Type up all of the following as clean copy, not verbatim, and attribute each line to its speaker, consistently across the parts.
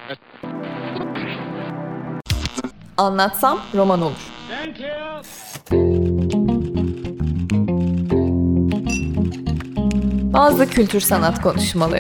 Speaker 1: Anlatsam roman olur. Bazı kültür sanat konuşmaları.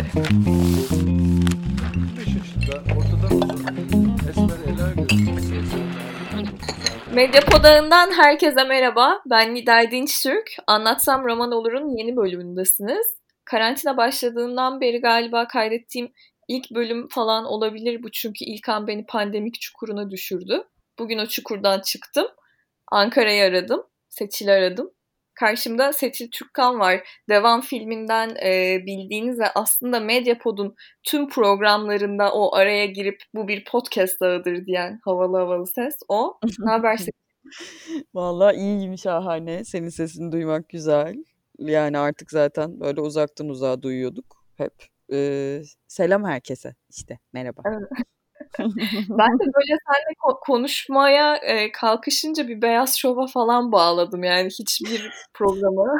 Speaker 1: Medyapod ağından herkese merhaba. Ben Nida Dinçtürk. Anlatsam roman olur'un yeni bölümündesiniz. Karantina başladığından beri galiba kaydettiğim ilk bölüm falan olabilir bu, çünkü ilk an beni pandemik çukuruna düşürdü. Bugün o çukurdan çıktım. Ankara'yı aradım. Seçil'i aradım. Karşımda Seçil Türkkan var. Devam filminden bildiğiniz ve aslında Medyapod'un tüm programlarında o araya girip bu bir podcast ağıdır diyen havalı havalı ses o. Ne haber Seçil?
Speaker 2: Vallahi iyiyim, şahane. Senin sesini duymak güzel. Yani artık zaten böyle uzaktan uzağa duyuyorduk hep. Selam herkese. İşte merhaba.
Speaker 1: Evet. Ben de böyle seninle konuşmaya kalkışınca bir Beyaz Şov'a falan bağladım, yani hiçbir programı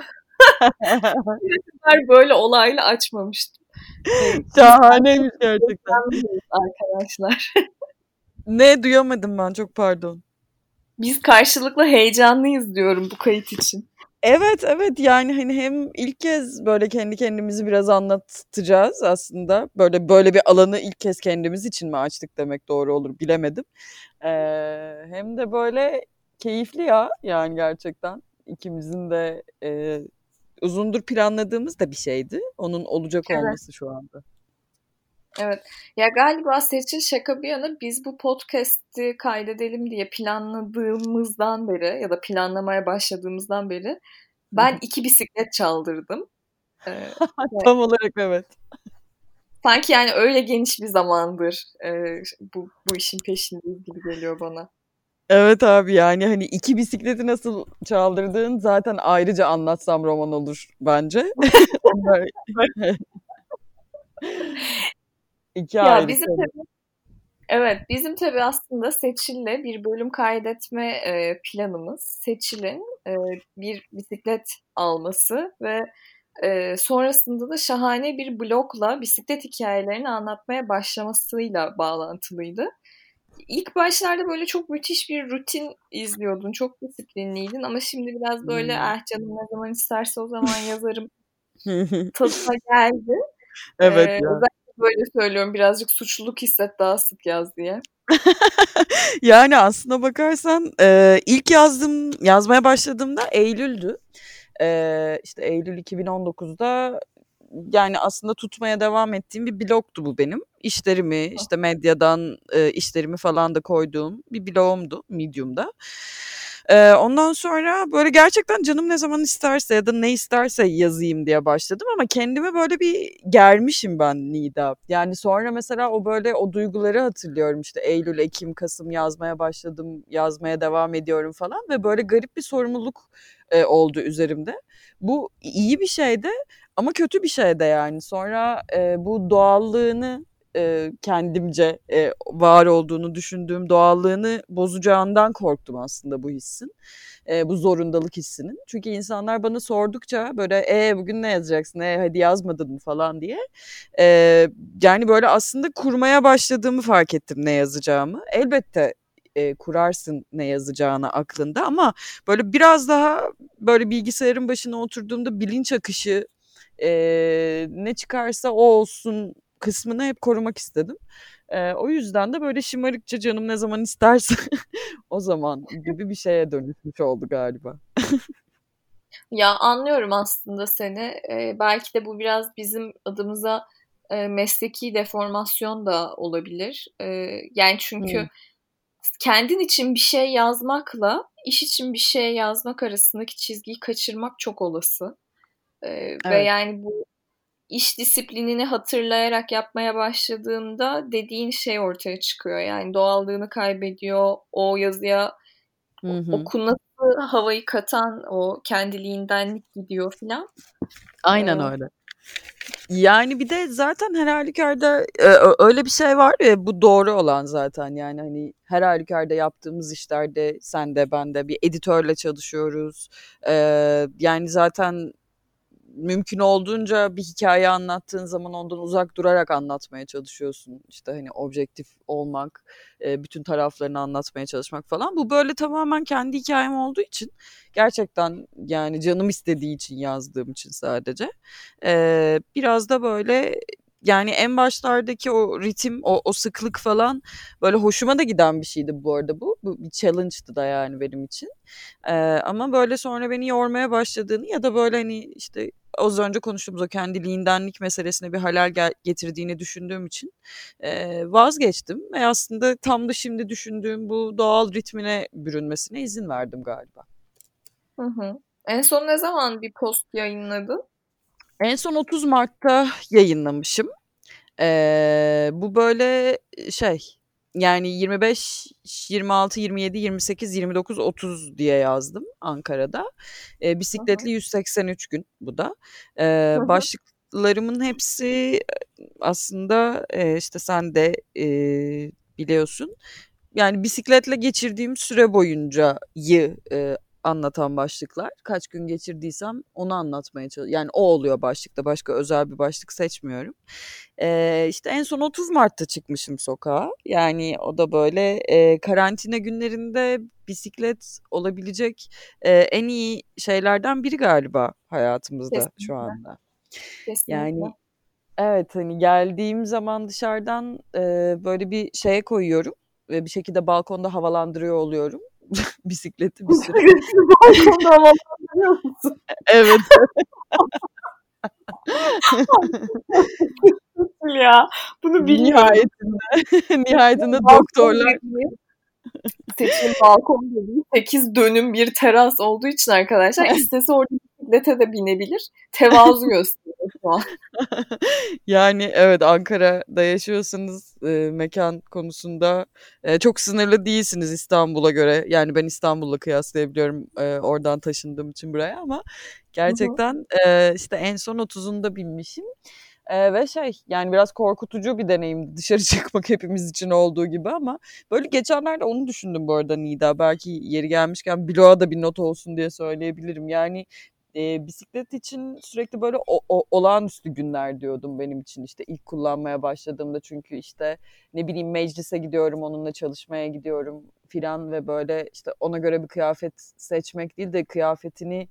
Speaker 1: böyle olayla açmamıştım.
Speaker 2: Şahaneymiş gerçekten.
Speaker 1: Arkadaşlar.
Speaker 2: Ne duyamadım ben, çok pardon.
Speaker 1: Biz karşılıklı heyecanlıyız diyorum bu kayıt için.
Speaker 2: Evet, yani hani hem ilk kez böyle kendi kendimizi biraz anlatacağız aslında. Böyle bir alanı ilk kez kendimiz için mi açtık demek doğru olur bilemedim. Hem de böyle keyifli ya, yani gerçekten ikimizin de uzundur planladığımız da bir şeydi. Onun olacak olması şu anda.
Speaker 1: Evet. Ya galiba Seçil, şaka bir yana, biz bu podcast'i kaydedelim diye planladığımızdan beri ya da planlamaya başladığımızdan beri ben 2 bisiklet çaldırdım.
Speaker 2: Tam olarak evet.
Speaker 1: Sanki yani öyle geniş bir zamandır bu işin peşindeyiz gibi geliyor bana.
Speaker 2: Evet abi, yani hani 2 bisikleti nasıl çaldırdığın zaten ayrıca anlatsam roman olur bence. Onlar 2
Speaker 1: Ya
Speaker 2: ayrı
Speaker 1: bizim
Speaker 2: konu.
Speaker 1: bizim tabii aslında Seçil'le bir bölüm kaydetme planımız. Seçil'in bir bisiklet alması ve sonrasında da şahane bir blogla bisiklet hikayelerini anlatmaya başlamasıyla bağlantılıydı. İlk başlarda böyle çok müthiş bir rutin izliyordun. Çok disiplinliydin ama şimdi biraz böyle canım ne zaman isterse o zaman yazarım tadına geldi.
Speaker 2: Evet ya.
Speaker 1: Özellikle böyle söylüyorum, birazcık suçluluk hisset, daha sık yaz diye.
Speaker 2: Yani aslına bakarsan ilk yazmaya başladığımda Eylül'dü. İşte Eylül 2019'da, yani aslında tutmaya devam ettiğim bir blogdu bu benim. İşlerimi, işte medyadan işlerimi falan da koyduğum bir blogumdu Medium'da. Ondan sonra böyle gerçekten canım ne zaman isterse ya da ne isterse yazayım diye başladım ama kendimi böyle bir germişim ben Nida. Yani sonra mesela o duyguları hatırlıyorum, işte Eylül, Ekim, Kasım yazmaya başladım, yazmaya devam ediyorum falan ve böyle garip bir sorumluluk oldu üzerimde. Bu iyi bir şeydi ama kötü bir şey de yani. Sonra bu doğallığını, kendimce var olduğunu düşündüğüm doğallığını bozacağından korktum aslında bu hissin. Bu zorundalık hissinin. Çünkü insanlar bana sordukça böyle bugün ne yazacaksın? Hadi yazmadın mı falan diye. E, Yani böyle aslında kurmaya başladığımı fark ettim ne yazacağımı. Elbette kurarsın ne yazacağını aklında ama böyle biraz daha böyle bilgisayarın başına oturduğumda bilinç akışı, ne çıkarsa o olsun kısmını hep korumak istedim. O yüzden de böyle şımarıkça canım ne zaman isterse o zaman gibi bir şeye dönüşmüş oldu galiba.
Speaker 1: Ya anlıyorum aslında seni. Belki de bu biraz bizim adımıza mesleki deformasyon da olabilir. Yani çünkü
Speaker 2: Hı.
Speaker 1: kendin için bir şey yazmakla iş için bir şey yazmak arasındaki çizgiyi kaçırmak çok olası. Ve
Speaker 2: Evet.
Speaker 1: yani bu iş disiplinini hatırlayarak yapmaya başladığında dediğin şey ortaya çıkıyor. Yani doğallığını kaybediyor. O yazıya
Speaker 2: Hı hı.
Speaker 1: okunması havayı katan o kendiliğindenlik gidiyor filan.
Speaker 2: Aynen öyle. Yani bir de zaten her halükarda öyle bir şey var ya, bu doğru olan zaten, yani hani her halükarda yaptığımız işlerde sen de ben de bir editörle çalışıyoruz. Yani zaten mümkün olduğunca bir hikaye anlattığın zaman ondan uzak durarak anlatmaya çalışıyorsun. İşte hani objektif olmak, bütün taraflarını anlatmaya çalışmak falan. Bu böyle tamamen kendi hikayem olduğu için gerçekten yani canım istediği için yazdığım için sadece. Biraz da böyle yani en başlardaki o ritim, o sıklık falan böyle hoşuma da giden bir şeydi bu arada bu. Bu bir challenge'dı da yani benim için. Ama böyle sonra beni yormaya başladığını ya da böyle hani işte az önce konuştuğumuz o kendiliğindenlik meselesine bir halel getirdiğini düşündüğüm için vazgeçtim. Ve aslında tam da şimdi düşündüğüm bu doğal ritmine bürünmesine izin verdim galiba.
Speaker 1: Hı hı. En son ne zaman bir post yayınladın?
Speaker 2: En son 30 Mart'ta yayınlamışım. Bu böyle şey yani 25, 26, 27, 28, 29, 30 diye yazdım Ankara'da.
Speaker 1: Hı hı.
Speaker 2: Bisikletli 183 gün bu da.
Speaker 1: Hı hı.
Speaker 2: Başlıklarımın hepsi aslında işte sen de biliyorsun. Yani bisikletle geçirdiğim süre boyuncayı anlatan başlıklar. Kaç gün geçirdiysem onu anlatmaya çalışıyorum. Yani o oluyor başlıkta. Başka özel bir başlık seçmiyorum. İşte en son 30 Mart'ta çıkmışım sokağa. Yani o da böyle karantina günlerinde bisiklet olabilecek en iyi şeylerden biri galiba hayatımızda şu
Speaker 1: Kesinlikle.
Speaker 2: anda.
Speaker 1: Kesinlikle.
Speaker 2: Yani evet hani geldiğim zaman dışarıdan böyle bir şeye koyuyorum ve bir şekilde balkonda havalandırıyor oluyorum bisikleti bir süre.
Speaker 1: Balkonda havalandırıyor musun?
Speaker 2: Evet.
Speaker 1: Ya bunu bilmiyordum.
Speaker 2: Nihayetinde, nihayetinde
Speaker 1: Balkon
Speaker 2: doktorlar
Speaker 1: dediği, seçim balkon dediği 8 dönüm bir teras olduğu için arkadaşlar istese orada bisiklete de binebilir. Tevazu gösteriyor şu an.
Speaker 2: yani evet Ankara'da yaşıyorsanız mekan konusunda çok sınırlı değilsiniz İstanbul'a göre. Yani ben İstanbul'la kıyaslayabiliyorum oradan taşındığım için buraya ama
Speaker 1: Hı hı.
Speaker 2: gerçekten işte en son 30'unda binmişim. Ve şey yani biraz korkutucu bir deneyim dışarı çıkmak hepimiz için olduğu gibi ama böyle geçenlerde onu düşündüm bu arada Nida. Belki yeri gelmişken bloğa da bir not olsun diye söyleyebilirim. Yani bisiklet için sürekli böyle olağanüstü günler diyordum benim için işte ilk kullanmaya başladığımda çünkü işte ne bileyim meclise gidiyorum onunla çalışmaya gidiyorum filan ve böyle işte ona göre bir kıyafet seçmek değil de kıyafetini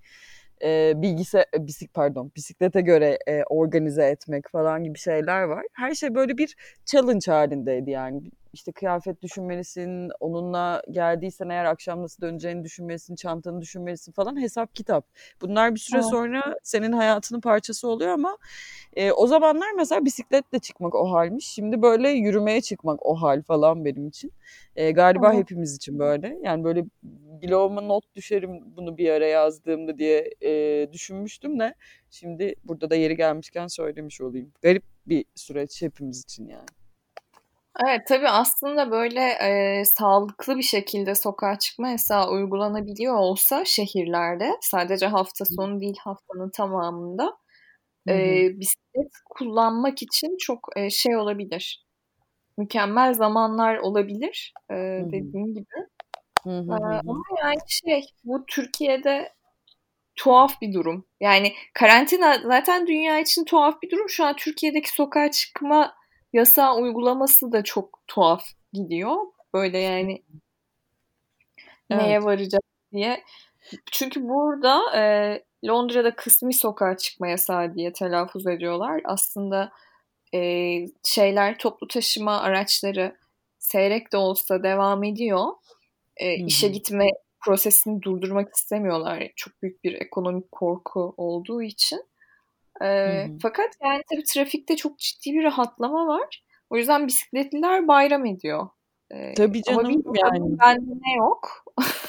Speaker 2: bisiklete göre organize etmek falan gibi şeyler var. Her şey böyle bir challenge halindeydi yani. İşte kıyafet düşünmelisin, onunla geldiysen eğer akşam nasıl döneceğini düşünmelisin, çantanı düşünmelisin falan hesap kitap. Bunlar bir süre
Speaker 1: Evet.
Speaker 2: sonra senin hayatının parçası oluyor ama o zamanlar mesela bisikletle çıkmak o halmiş. Şimdi böyle yürümeye çıkmak o hal falan benim için. Galiba
Speaker 1: Evet.
Speaker 2: hepimiz için böyle. Yani böyle bloğuma not düşerim bunu bir ara yazdığımda diye düşünmüştüm de. Şimdi burada da yeri gelmişken söylemiş olayım. Garip bir süreç hepimiz için yani.
Speaker 1: Evet, tabii aslında böyle sağlıklı bir şekilde sokağa çıkma yasağı uygulanabiliyor olsa şehirlerde sadece hafta sonu değil haftanın tamamında
Speaker 2: Hı hı.
Speaker 1: bisiklet kullanmak için çok şey olabilir. Mükemmel zamanlar olabilir
Speaker 2: Hı hı.
Speaker 1: dediğim gibi.
Speaker 2: Hı hı hı
Speaker 1: Ama
Speaker 2: hı.
Speaker 1: yani şey bu Türkiye'de tuhaf bir durum. Yani karantina zaten dünya için tuhaf bir durum. Şu an Türkiye'deki sokağa çıkma yasağı uygulaması da çok tuhaf gidiyor. Böyle yani neye
Speaker 2: Evet.
Speaker 1: varacak diye. Çünkü burada Londra'da kısmi sokağa çıkma yasağı diye telaffuz ediyorlar. Aslında şeyler toplu taşıma araçları seyrek de olsa devam ediyor.
Speaker 2: Hı
Speaker 1: İşe
Speaker 2: hı.
Speaker 1: gitme prosesini durdurmak istemiyorlar. Çok büyük bir ekonomik korku olduğu için.
Speaker 2: Hı hı.
Speaker 1: Fakat yani tabii trafikte çok ciddi bir rahatlama var. O yüzden bisikletliler bayram ediyor.
Speaker 2: Tabii
Speaker 1: Ama
Speaker 2: canım
Speaker 1: bilmiyorum
Speaker 2: yani.
Speaker 1: bende ne yok.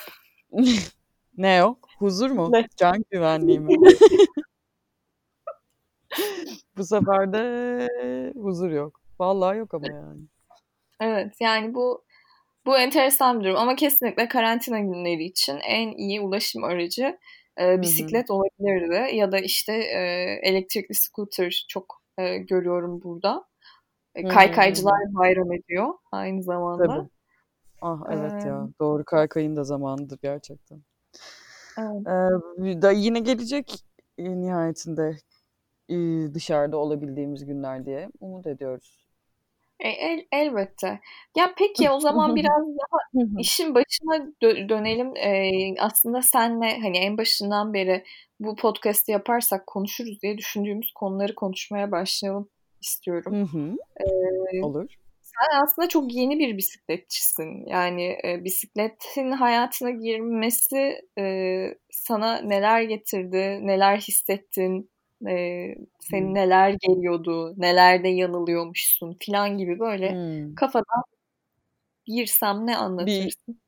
Speaker 2: Ne yok? Huzur mu?
Speaker 1: Ne?
Speaker 2: Can güvenliği mi? Bu sefer de huzur yok. Vallahi yok ama yani.
Speaker 1: Evet yani bu enteresan bir durum ama kesinlikle karantina günleri için en iyi ulaşım aracı
Speaker 2: Hı hı.
Speaker 1: bisiklet olabilirdi ya da işte elektrikli scooter çok görüyorum burada.
Speaker 2: Hı hı hı
Speaker 1: Kaykaycılar
Speaker 2: hı.
Speaker 1: bayram ediyor aynı
Speaker 2: Tabii.
Speaker 1: zamanda.
Speaker 2: Ah evet
Speaker 1: E,
Speaker 2: ya. Doğru kaykayın da zamanıdır gerçekten.
Speaker 1: evet.
Speaker 2: Da yine gelecek nihayetinde. dışarıda olabildiğimiz günler diye umut ediyoruz.
Speaker 1: Elbette. Ya peki o zaman biraz daha
Speaker 2: Hı hı.
Speaker 1: işin başına dönelim. Aslında senle hani en başından beri bu podcast'i yaparsak konuşuruz diye düşündüğümüz konuları konuşmaya başlayalım istiyorum.
Speaker 2: Hı hı. Olur.
Speaker 1: Sen aslında çok yeni bir bisikletçisin. Yani bisikletin hayatına girmesi sana neler getirdi, neler hissettin, seni
Speaker 2: Hı.
Speaker 1: neler geliyordu, nelerde yanılıyormuşsun filan gibi böyle
Speaker 2: Hmm.
Speaker 1: kafadan girsem ne
Speaker 2: Bir
Speaker 1: anlatırsın?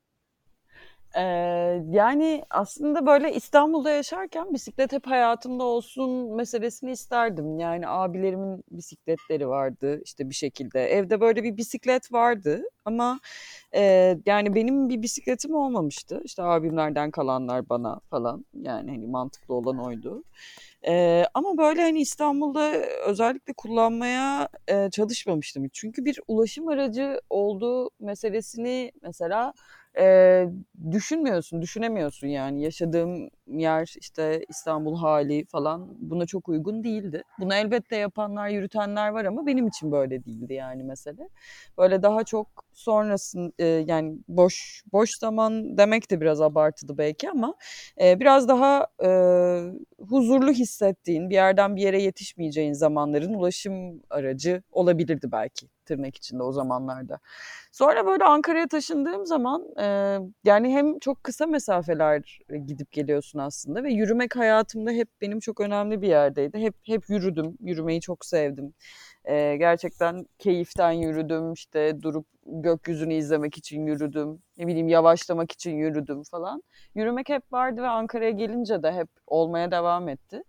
Speaker 2: Yani aslında böyle İstanbul'da yaşarken bisiklet hep hayatımda olsun meselesini isterdim. Yani abilerimin bisikletleri vardı işte bir şekilde. Evde böyle bir bisiklet vardı ama yani benim bir bisikletim olmamıştı. İşte abimlerden kalanlar bana falan. Yani hani mantıklı olan oydu. Ama böyle hani İstanbul'da özellikle kullanmaya çalışmamıştım hiç. Çünkü bir ulaşım aracı olduğu meselesini mesela e, düşünmüyorsun, düşünemiyorsun yani. Yaşadığım yer işte İstanbul hali falan buna çok uygun değildi. Bunu elbette yapanlar, yürütenler var ama benim için böyle değildi yani mesele. Böyle daha çok sonrasın yani boş zaman demek de biraz abartılı belki ama biraz daha huzurlu hissettiğin, bir yerden bir yere yetişmeyeceğin zamanların ulaşım aracı olabilirdi belki tırnak içinde o zamanlarda. Sonra böyle Ankara'ya taşındığım zaman yani hem çok kısa mesafeler gidip geliyorsun aslında ve yürümek hayatımda hep benim çok önemli bir yerdeydi. Hep yürüdüm, yürümeyi çok sevdim. Gerçekten keyiften yürüdüm, işte durup gökyüzünü izlemek için yürüdüm, ne bileyim yavaşlamak için yürüdüm falan. Yürümek hep vardı ve Ankara'ya gelince de hep olmaya devam etti.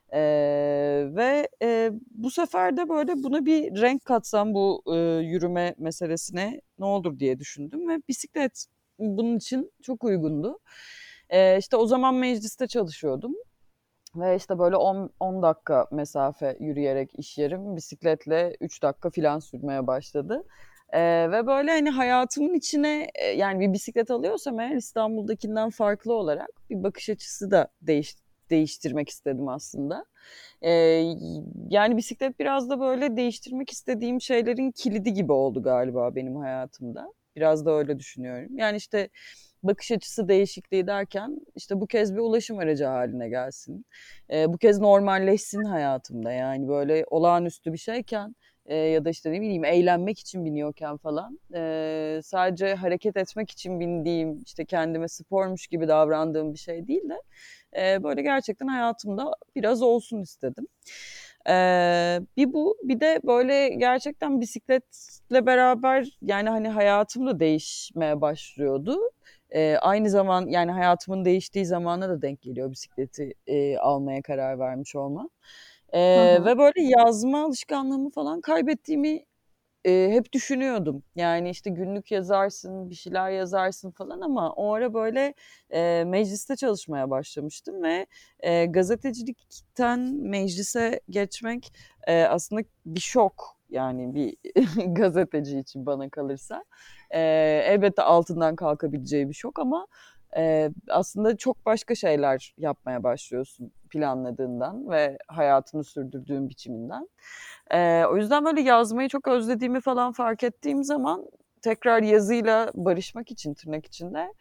Speaker 2: Ve bu sefer de böyle buna bir renk katsam bu yürüme meselesine ne olur diye düşündüm ve bisiklet bunun için çok uygundu. İşte o zaman mecliste çalışıyordum. Ve işte böyle 10 dakika mesafe yürüyerek iş yerim bisikletle 3 dakika filan sürmeye başladı. Ve böyle hani hayatımın içine yani bir bisiklet alıyorsam eğer İstanbul'dakinden farklı olarak bir bakış açısı da değiştirmek istedim aslında. Ee, Yani bisiklet biraz da böyle değiştirmek istediğim şeylerin kilidi gibi oldu galiba benim hayatımda. Biraz da öyle düşünüyorum. Yani işte bakış açısı değişikliği derken işte bu kez bir ulaşım aracı haline gelsin. Bu kez normalleşsin hayatımda. Yani böyle olağanüstü bir şeyken ya da işte ne bileyim eğlenmek için biniyorken falan sadece hareket etmek için bindiğim işte kendime spormuş gibi davrandığım bir şey değil de böyle gerçekten hayatımda biraz olsun istedim. Bir bu bir de böyle gerçekten bisikletle beraber yani hani hayatım da değişmeye başlıyordu. Aynı zaman yani hayatımın değiştiği zamana da denk geliyor bisikleti almaya karar vermiş olmam.
Speaker 1: Hı hı.
Speaker 2: Ve böyle yazma alışkanlığımı falan kaybettiğimi hep düşünüyordum. Yani işte günlük yazarsın, bir şeyler yazarsın falan ama o ara böyle mecliste çalışmaya başlamıştım ve gazetecilikten meclise geçmek aslında bir şok. Yani bir gazeteci için bana kalırsa. E, Elbette altından kalkabileceği bir şok ama aslında çok başka şeyler yapmaya başlıyorsun planladığından ve hayatını sürdürdüğün biçiminden. O yüzden böyle yazmayı çok özlediğimi falan fark ettiğim zaman tekrar yazıyla barışmak için tırnak içinde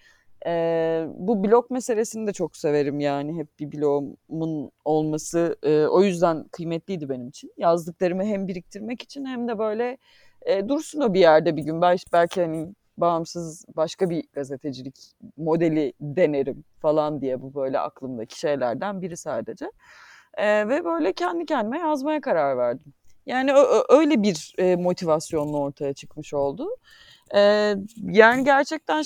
Speaker 2: bu blog meselesini de çok severim yani hep bir blogumun olması o yüzden kıymetliydi benim için. Yazdıklarımı hem biriktirmek için hem de böyle dursun o bir yerde bir gün belki hani bağımsız başka bir gazetecilik modeli denerim falan diye bu böyle aklımdaki şeylerden biri sadece. Ve böyle kendi kendime yazmaya karar verdim. Yani öyle bir motivasyonla ortaya çıkmış oldu. Yani gerçekten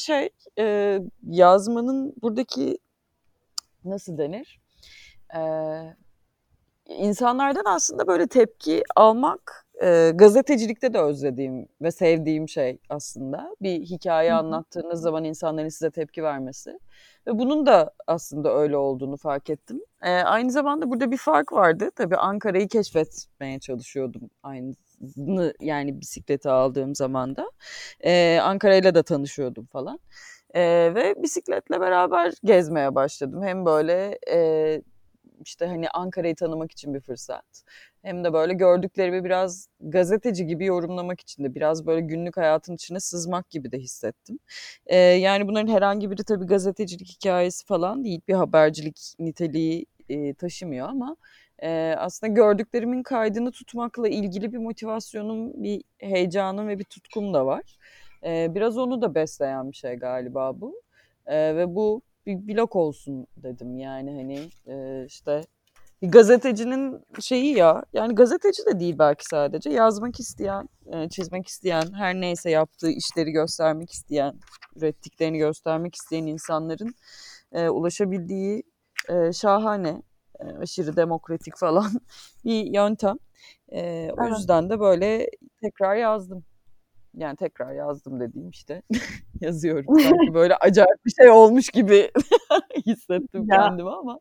Speaker 2: yazmanın buradaki nasıl denir? Ee, insanlardan aslında böyle tepki almak gazetecilikte de özlediğim ve sevdiğim şey aslında. Bir
Speaker 1: Hı
Speaker 2: hikaye
Speaker 1: hı.
Speaker 2: anlattığınız zaman insanların size tepki vermesi. Ve bunun da aslında öyle olduğunu fark ettim. Aynı zamanda burada bir fark vardı. Tabii Ankara'yı keşfetmeye çalışıyordum aynı yani bisikleti aldığım zaman da. Ankara'yla da tanışıyordum falan. Ve bisikletle beraber gezmeye başladım. Hem böyle işte hani Ankara'yı tanımak için bir fırsat. Hem de böyle gördüklerimi biraz gazeteci gibi yorumlamak için de biraz böyle günlük hayatın içine sızmak gibi de hissettim. Yani bunların herhangi biri tabii gazetecilik hikayesi falan değil. Bir habercilik niteliği taşımıyor ama aslında gördüklerimin kaydını tutmakla ilgili bir motivasyonum, bir heyecanım ve bir tutkum da var. Biraz onu da besleyen bir şey galiba bu. Ve bu bir blog olsun dedim yani hani işte bir gazetecinin şeyi ya yani gazeteci de değil belki sadece yazmak isteyen, çizmek isteyen, her neyse yaptığı işleri göstermek isteyen, ürettiklerini göstermek isteyen insanların ulaşabildiği şahane, aşırı demokratik falan bir yöntem. O
Speaker 1: Evet.
Speaker 2: yüzden de böyle tekrar yazdım. Yani tekrar yazdım dediğim işte yazıyorum. Sanki böyle acayip bir şey olmuş gibi hissettim
Speaker 1: Ya
Speaker 2: kendimi ama.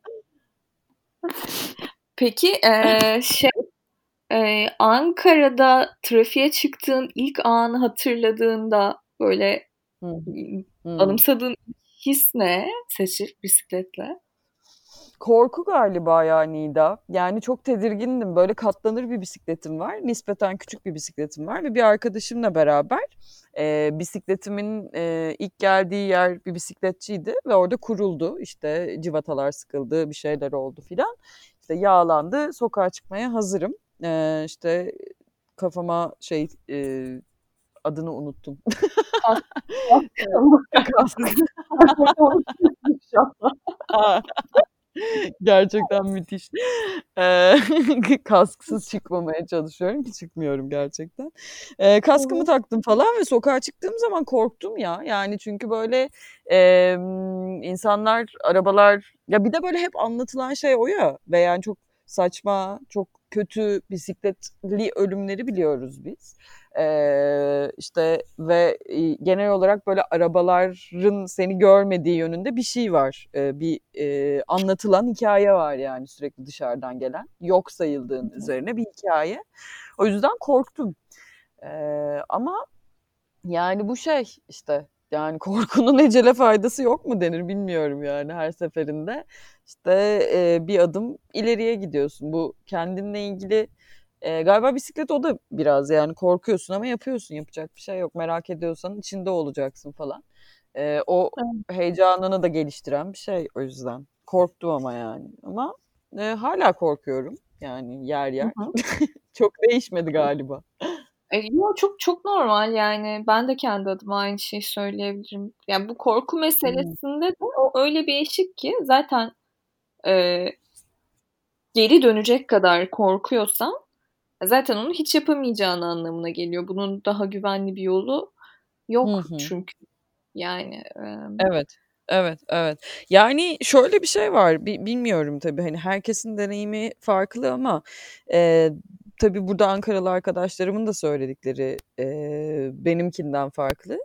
Speaker 1: peki Ankara'da trafiğe çıktığın ilk anı hatırladığında böyle
Speaker 2: Hı hı.
Speaker 1: anımsadığın his ne? Seçil bisikletle.
Speaker 2: Korku galiba ya Nida. Yani çok tedirgindim. Böyle katlanır bir bisikletim var. Nispeten küçük bir bisikletim var ve bir arkadaşımla beraber bisikletimin ilk geldiği yer bir bisikletçiydi ve orada kuruldu. İşte civatalar sıkıldı, bir şeyler oldu filan. İşte yağlandı, sokağa çıkmaya hazırım. İşte kafama adını unuttum.
Speaker 1: Kas, kas,
Speaker 2: Kask. Gerçekten müthiş. Eee, kasksız çıkmamaya çalışıyorum ki çıkmıyorum gerçekten. Kaskımı
Speaker 1: Evet.
Speaker 2: taktım falan ve sokağa çıktığım zaman korktum ya. Yani çünkü böyle insanlar, arabalar ya bir de böyle hep anlatılan şey o ya ve yani çok saçma, çok kötü bisikletli ölümleri biliyoruz biz. İşte ve genel olarak böyle arabaların seni görmediği yönünde bir şey var. Bir anlatılan hikaye var yani sürekli dışarıdan gelen. Yok sayıldığın üzerine bir hikaye. O yüzden korktum. Ama yani bu işte yani korkunun ecele faydası yok mu denir bilmiyorum yani her seferinde. İşte bir adım ileriye gidiyorsun. Bu kendinle ilgili galiba bisiklet o da biraz yani korkuyorsun ama yapıyorsun. Yapacak bir şey yok. Merak ediyorsan içinde olacaksın falan. O heyecanını da geliştiren bir şey o yüzden. Korktum ama yani. Ama hala korkuyorum. Yani yer
Speaker 1: Hı
Speaker 2: yer.
Speaker 1: hı.
Speaker 2: Çok değişmedi galiba.
Speaker 1: Yo, çok çok normal yani ben de kendi adıma aynı şeyi söyleyebilirim. Yani bu korku
Speaker 2: Hmm.
Speaker 1: meselesinde de o öyle bir eşik ki zaten e, geri dönecek kadar korkuyorsan zaten onu hiç yapamayacağın anlamına geliyor. Bunun daha güvenli bir yolu
Speaker 2: Hı
Speaker 1: yok
Speaker 2: hı.
Speaker 1: çünkü yani.
Speaker 2: Evet. Evet, evet. Yani şöyle bir şey var. Bilmiyorum tabii hani herkesin deneyimi farklı ama e, tabii burada Ankaralı arkadaşlarımın da söyledikleri benimkinden farklı.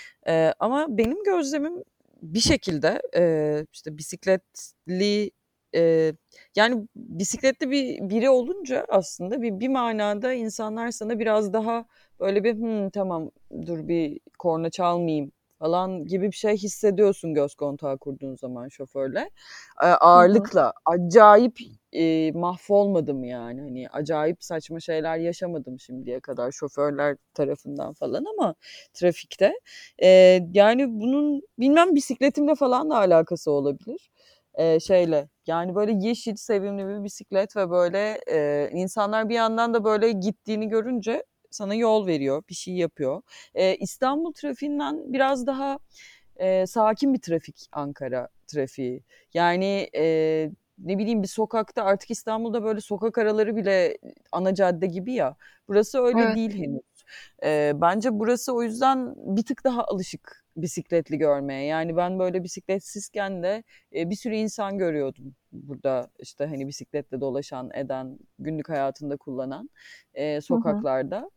Speaker 2: Ama benim gözlemim bir şekilde işte bisikletli e, yani bisikletli biri olunca aslında bir manada insanlar sana biraz daha böyle bir tamam dur bir korna çalmayayım falan gibi bir şey hissediyorsun göz kontağı kurduğun zaman şoförle.
Speaker 1: Hı hı.
Speaker 2: Ağırlıkla acayip mahvolmadım yani. Hani acayip saçma şeyler yaşamadım şimdiye kadar şoförler tarafından falan ama trafikte. Yani bunun bilmem bisikletimle falan da alakası olabilir. Şeyle yani böyle yeşil sevimli bir bisiklet ve böyle insanlar bir yandan da böyle gittiğini görünce sana yol veriyor, bir şey yapıyor. İstanbul trafiğinden biraz daha sakin bir trafik Ankara trafiği. Yani ne bileyim bir sokakta artık İstanbul'da böyle sokak araları bile ana cadde gibi ya. Burası öyle
Speaker 1: Evet.
Speaker 2: değil henüz. Bence burası o yüzden bir tık daha alışık bisikletli görmeye. Yani ben böyle bisikletsizken de bir sürü insan görüyordum burada işte hani bisikletle dolaşan, eden, günlük hayatında kullanan
Speaker 1: Hı hı.
Speaker 2: sokaklarda.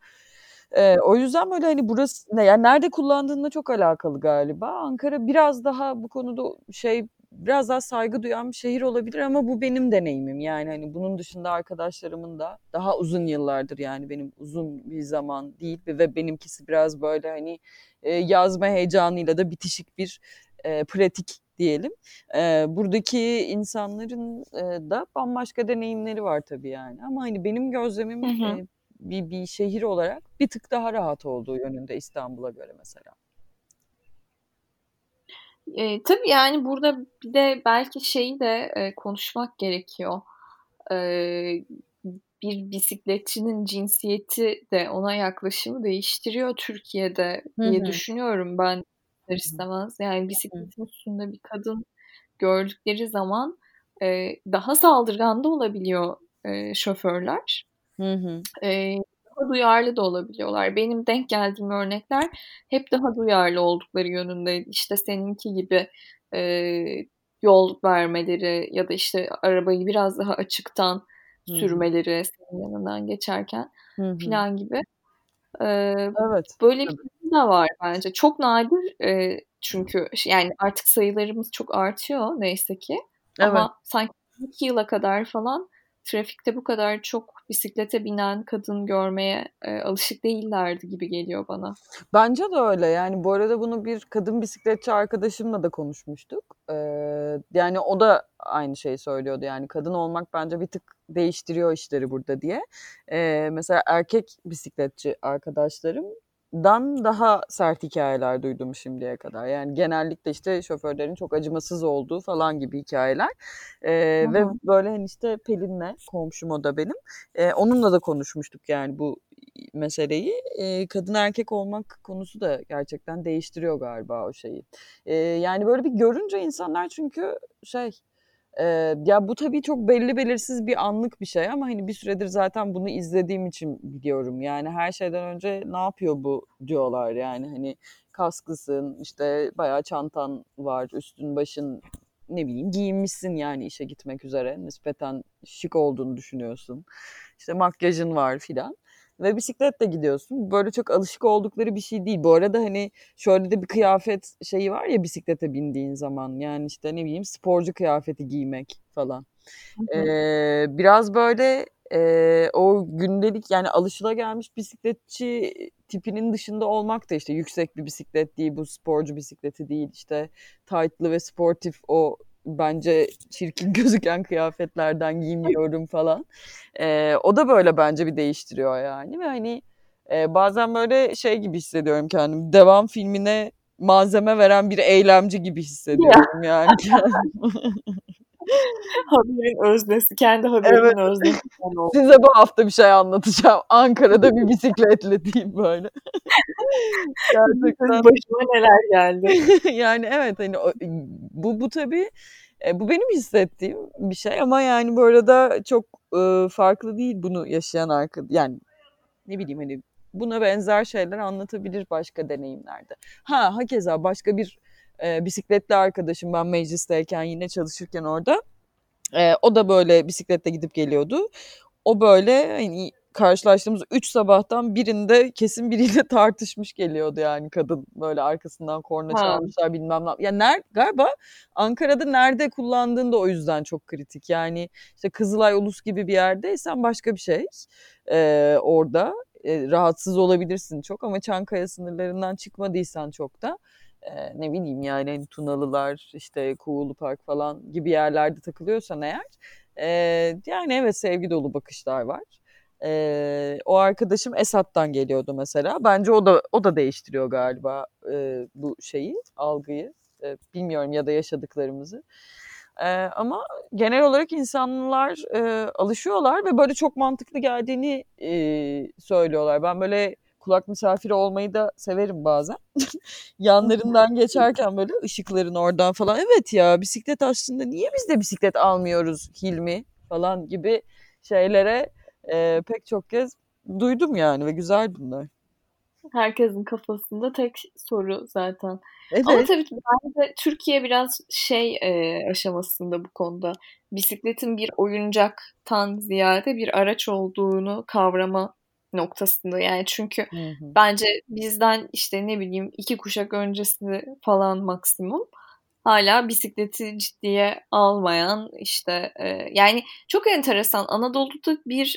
Speaker 2: O yüzden böyle hani burası ne yani nerede kullandığınla çok alakalı galiba. Ankara biraz daha bu konuda biraz daha saygı duyan bir şehir olabilir ama bu benim deneyimim. Yani hani bunun dışında arkadaşlarımın da daha uzun yıllardır yani benim uzun bir zaman değil ve benimkisi biraz böyle hani yazma heyecanıyla da bitişik bir pratik diyelim. Buradaki insanların da bambaşka deneyimleri var tabii yani. Ama hani benim gözlemim
Speaker 1: Hı hı.
Speaker 2: bir şehir olarak bir tık daha rahat olduğu yönünde İstanbul'a göre mesela.
Speaker 1: Tabii yani burada bir de belki şeyi de konuşmak gerekiyor. Eee, Bir bisikletçinin cinsiyeti de ona yaklaşımı değiştiriyor Türkiye'de
Speaker 2: Hı
Speaker 1: diye
Speaker 2: hı.
Speaker 1: düşünüyorum ben ister
Speaker 2: Hı hı.
Speaker 1: istemez. Yani
Speaker 2: Hı
Speaker 1: bisikletin üstünde bir kadın gördükleri zaman daha saldırgan da olabiliyor şoförler.
Speaker 2: hı. Hı.
Speaker 1: Daha duyarlı da olabiliyorlar. Benim denk geldiğim örnekler hep daha duyarlı oldukları yönünde. İşte seninki gibi yol vermeleri ya da işte arabayı biraz daha açıktan
Speaker 2: Hı hı.
Speaker 1: sürmeleri senin yanından geçerken
Speaker 2: Hı hı.
Speaker 1: filan gibi. Eee,
Speaker 2: Evet.
Speaker 1: Böyle bir
Speaker 2: Tabii.
Speaker 1: durum da var bence. Çok nadir çünkü yani artık sayılarımız çok artıyor neyse ki.
Speaker 2: Evet.
Speaker 1: Ama sanki 2 yıla kadar falan trafikte bu kadar çok bisiklete binen kadın görmeye alışık değillerdi gibi geliyor bana.
Speaker 2: Bence de öyle. Yani bu arada bunu bir kadın bisikletçi arkadaşımla da konuşmuştuk. Yani o da aynı şeyi söylüyordu. Yani kadın olmak bence bir tık değiştiriyor işleri burada diye. Mesela erkek bisikletçi arkadaşlarımdan daha sert hikayeler duydum şimdiye kadar. Yani genellikle işte şoförlerin çok acımasız olduğu falan gibi hikayeler.
Speaker 1: Hı
Speaker 2: Ve
Speaker 1: hı.
Speaker 2: böyle hani işte Pelin'le, komşum o da benim. Onunla da konuşmuştuk yani bu meseleyi. Kadın erkek olmak konusu da gerçekten değiştiriyor galiba o şeyi. Yani böyle bir görünce insanlar çünkü şey e, ya bu tabii çok belli belirsiz bir anlık bir şey ama hani bir süredir zaten bunu izlediğim için biliyorum. Yani her şeyden önce ne yapıyor bu diyorlar yani hani kasklısın işte bayağı çantan var üstün başın ne bileyim giyinmişsin yani işe gitmek üzere nispeten şık olduğunu düşünüyorsun. İşte makyajın var filan. Ve bisikletle gidiyorsun. Böyle çok alışık oldukları bir şey değil. Bu arada hani şöyle de bir kıyafet şeyi var ya bisiklete bindiğin zaman. Yani işte ne bileyim sporcu kıyafeti giymek falan.
Speaker 1: Hı hı.
Speaker 2: Biraz böyle o gündelik yani alışılagelmiş bisikletçi tipinin dışında olmak da işte yüksek bir bisiklet değil, bu sporcu bisikleti değil, işte tight'lı ve sportif o bence çirkin gözüken kıyafetlerden giymiyorum falan. O da böyle bence bir değiştiriyor yani ve hani bazen böyle şey gibi hissediyorum kendimi. Devam filmine malzeme veren bir eylemci gibi
Speaker 1: Ya,
Speaker 2: hissediyorum yani kendimi.
Speaker 1: haberin öznesi, kendi
Speaker 2: Evet.
Speaker 1: haberinin öznesi sen
Speaker 2: Size
Speaker 1: oldun.
Speaker 2: bu hafta bir şey anlatacağım. Ankara'da bir bisikletle diyeyim böyle. Gerçekten.
Speaker 1: Başıma neler geldi.
Speaker 2: Yani evet hani bu tabii bu benim hissettiğim bir şey ama yani bu arada çok farklı değil bunu yaşayan yani ne bileyim hani buna benzer şeyler anlatabilir başka deneyimlerde. Hakeza başka bir bisikletli arkadaşım ben meclisteyken yine çalışırken orada o da böyle bisikletle gidip geliyordu. O böyle hani karşılaştığımız 3 sabahtan birinde kesin biriyle tartışmış geliyordu yani kadın böyle arkasından korna
Speaker 1: Ha.
Speaker 2: çalmışlar bilmem ne. Ya galiba Ankara'da nerede kullandığın da o yüzden çok kritik. Yani işte Kızılay Ulus gibi bir yerdeysen başka bir şey. Orada rahatsız olabilirsin çok ama Çankaya sınırlarından çıkmadıysan çok da ne bileyim yani hani Tunalılar işte Kuğulu Park falan gibi yerlerde takılıyorsan eğer yani evet sevgi dolu bakışlar var. O arkadaşım Esat'tan geliyordu mesela. Bence o da değiştiriyor galiba bu şeyi, algıyı. Bilmiyorum ya da yaşadıklarımızı. Ama genel olarak insanlar alışıyorlar ve böyle çok mantıklı geldiğini söylüyorlar. Ben böyle kulak misafiri olmayı da severim bazen. Yanlarından geçerken böyle ışıkların oradan falan. Evet ya bisiklet aslında niye biz de bisiklet almıyoruz Hilmi falan gibi şeylere pek çok kez duydum yani ve güzel bunlar.
Speaker 1: Herkesin kafasında tek soru zaten. Ama
Speaker 2: Evet.
Speaker 1: tabii ki bence Türkiye biraz şey aşamasında bu konuda. Bisikletin bir oyuncaktan ziyade bir araç olduğunu kavrama noktasında. Yani çünkü
Speaker 2: Hı hı.
Speaker 1: bence bizden işte ne bileyim 2 kuşak öncesi falan maksimum hala bisikleti ciddiye almayan işte yani çok enteresan Anadolu'da bir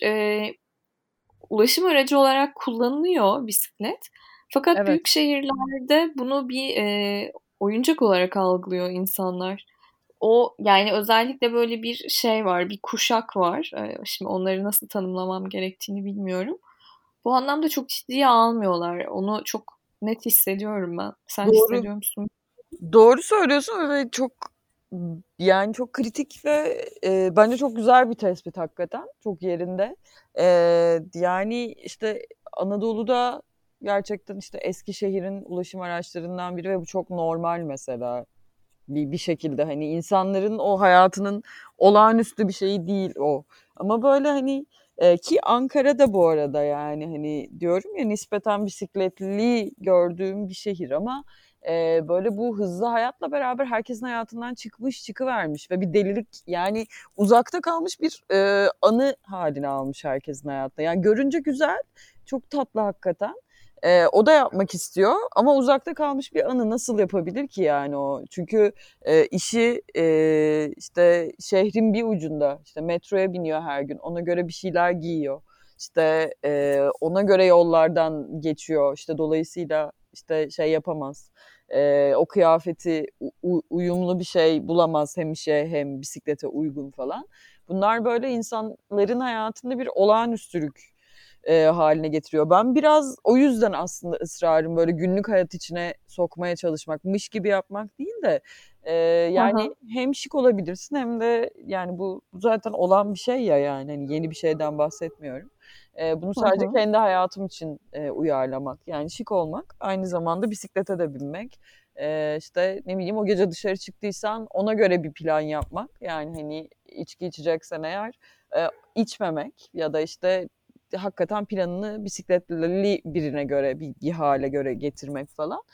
Speaker 1: ulaşım aracı olarak kullanılıyor bisiklet. Fakat
Speaker 2: Evet.
Speaker 1: büyük şehirlerde bunu bir oyuncak olarak algılıyor insanlar. O yani özellikle böyle bir şey var, bir kuşak var. Şimdi onları nasıl tanımlamam gerektiğini bilmiyorum. Bu anlamda çok ciddiye almıyorlar. Onu çok net hissediyorum ben. Sen
Speaker 2: Doğru.
Speaker 1: hissediyor musun?
Speaker 2: Doğru söylüyorsun ve çok yani çok kritik ve bence çok güzel bir tespit hakikaten. Çok yerinde. Yani işte Anadolu'da gerçekten işte Eskişehir'in ulaşım araçlarından biri ve bu çok normal mesela. Bir şekilde hani insanların o hayatının olağanüstü bir şeyi değil o. Ama böyle hani ki Ankara'da bu arada yani hani diyorum ya nispeten bisikletli gördüğüm bir şehir ama böyle bu hızlı hayatla beraber herkesin hayatından çıkmış çıkıvermiş ve bir delilik yani uzakta kalmış bir anı haline almış herkesin hayatta. Yani görünce güzel, çok tatlı hakikaten. O da yapmak istiyor ama uzakta kalmış bir anı nasıl yapabilir ki yani o? Çünkü işi işte şehrin bir ucunda, işte metroya biniyor her gün, ona göre bir şeyler giyiyor. İşte ona göre yollardan geçiyor. İşte dolayısıyla işte şey yapamaz. O kıyafeti uyumlu bir şey bulamaz hem işe hem bisiklete uygun falan. Bunlar böyle insanların hayatında bir olağanüstülük haline getiriyor. Ben biraz o yüzden aslında ısrarım böyle günlük hayat içine sokmaya çalışmakmış gibi yapmak değil de
Speaker 1: Hı
Speaker 2: yani
Speaker 1: hı.
Speaker 2: hem şık olabilirsin hem de yani bu zaten olan bir şey ya yani hani yeni bir şeyden bahsetmiyorum. Bunu
Speaker 1: Hı
Speaker 2: sadece
Speaker 1: hı.
Speaker 2: kendi hayatım için uyarlamak yani şık olmak aynı zamanda bisiklete de binmek. İşte ne bileyim o gece dışarı çıktıysan ona göre bir plan yapmak yani hani içki içeceksen eğer içmemek ya da işte hakikaten planını bisikletli birine göre bir hale göre getirmek falan.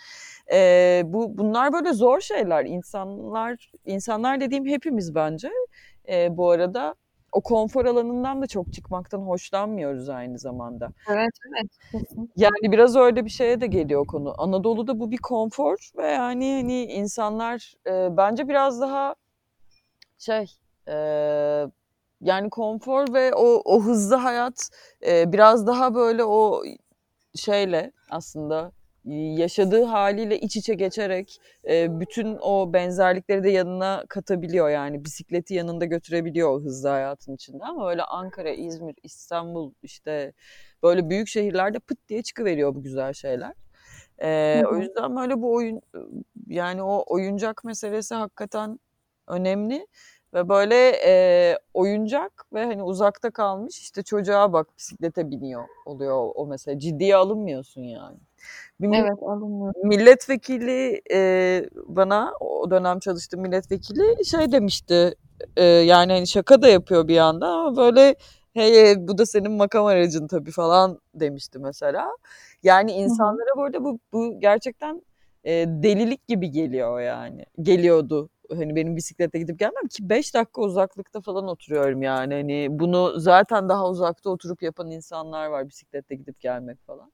Speaker 2: Bunlar böyle zor şeyler. İnsanlar dediğim hepimiz bence. Bu arada o konfor alanından da çok çıkmaktan hoşlanmıyoruz aynı zamanda.
Speaker 1: Evet, evet. Kesinlikle.
Speaker 2: Yani biraz öyle bir şeye de geliyor konu. Anadolu'da bu bir konfor ve yani hani insanlar bence biraz daha şey e, yani konfor ve o hızlı hayat biraz daha böyle o şeyle aslında yaşadığı haliyle iç içe geçerek bütün o benzerlikleri de yanına katabiliyor yani bisikleti yanında götürebiliyor o hızlı hayatın içinde ama öyle Ankara, İzmir, İstanbul işte böyle büyük şehirlerde pıt diye çıkıveriyor bu güzel şeyler.
Speaker 1: Hı
Speaker 2: O
Speaker 1: hı.
Speaker 2: yüzden böyle bu oyun yani o oyuncak meselesi hakikaten önemli ve böyle oyuncak ve hani uzakta kalmış işte çocuğa bak bisiklete biniyor oluyor o mesela ciddiye alınmıyorsun yani. Bir
Speaker 1: Evet, alınıyor.
Speaker 2: milletvekili bana o dönem çalıştığım milletvekili şey demişti yani hani şaka da yapıyor bir yandan ama böyle hey bu da senin makam aracın tabii falan demişti mesela. Yani
Speaker 1: Hı hı.
Speaker 2: insanlara burada bu gerçekten delilik gibi geliyor yani. Geliyordu. Hani benim bisiklete gidip gelmem ki 5 dakika uzaklıkta falan oturuyorum yani. Hani bunu zaten daha uzakta oturup yapan insanlar var bisikletle gidip gelmek falan.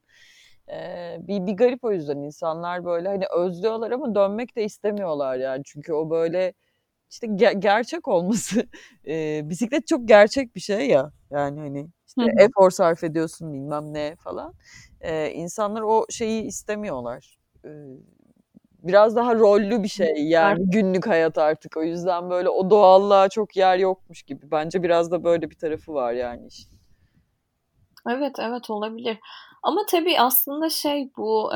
Speaker 2: Bir garip o yüzden insanlar böyle hani özlüyorlar ama dönmek de istemiyorlar yani. Çünkü o böyle işte gerçek olması. Bisiklet çok gerçek bir şey ya. Yani hani
Speaker 1: Hı
Speaker 2: işte
Speaker 1: hı.
Speaker 2: efor sarf ediyorsun bilmem ne falan. İnsanlar o şeyi istemiyorlar. Biraz daha rollü bir şey
Speaker 1: Var.
Speaker 2: yani günlük hayat artık. O yüzden böyle o doğallığa çok yer yokmuş gibi. Bence biraz da böyle bir tarafı var yani işin.
Speaker 1: Evet, evet olabilir. Ama tabii aslında şey bu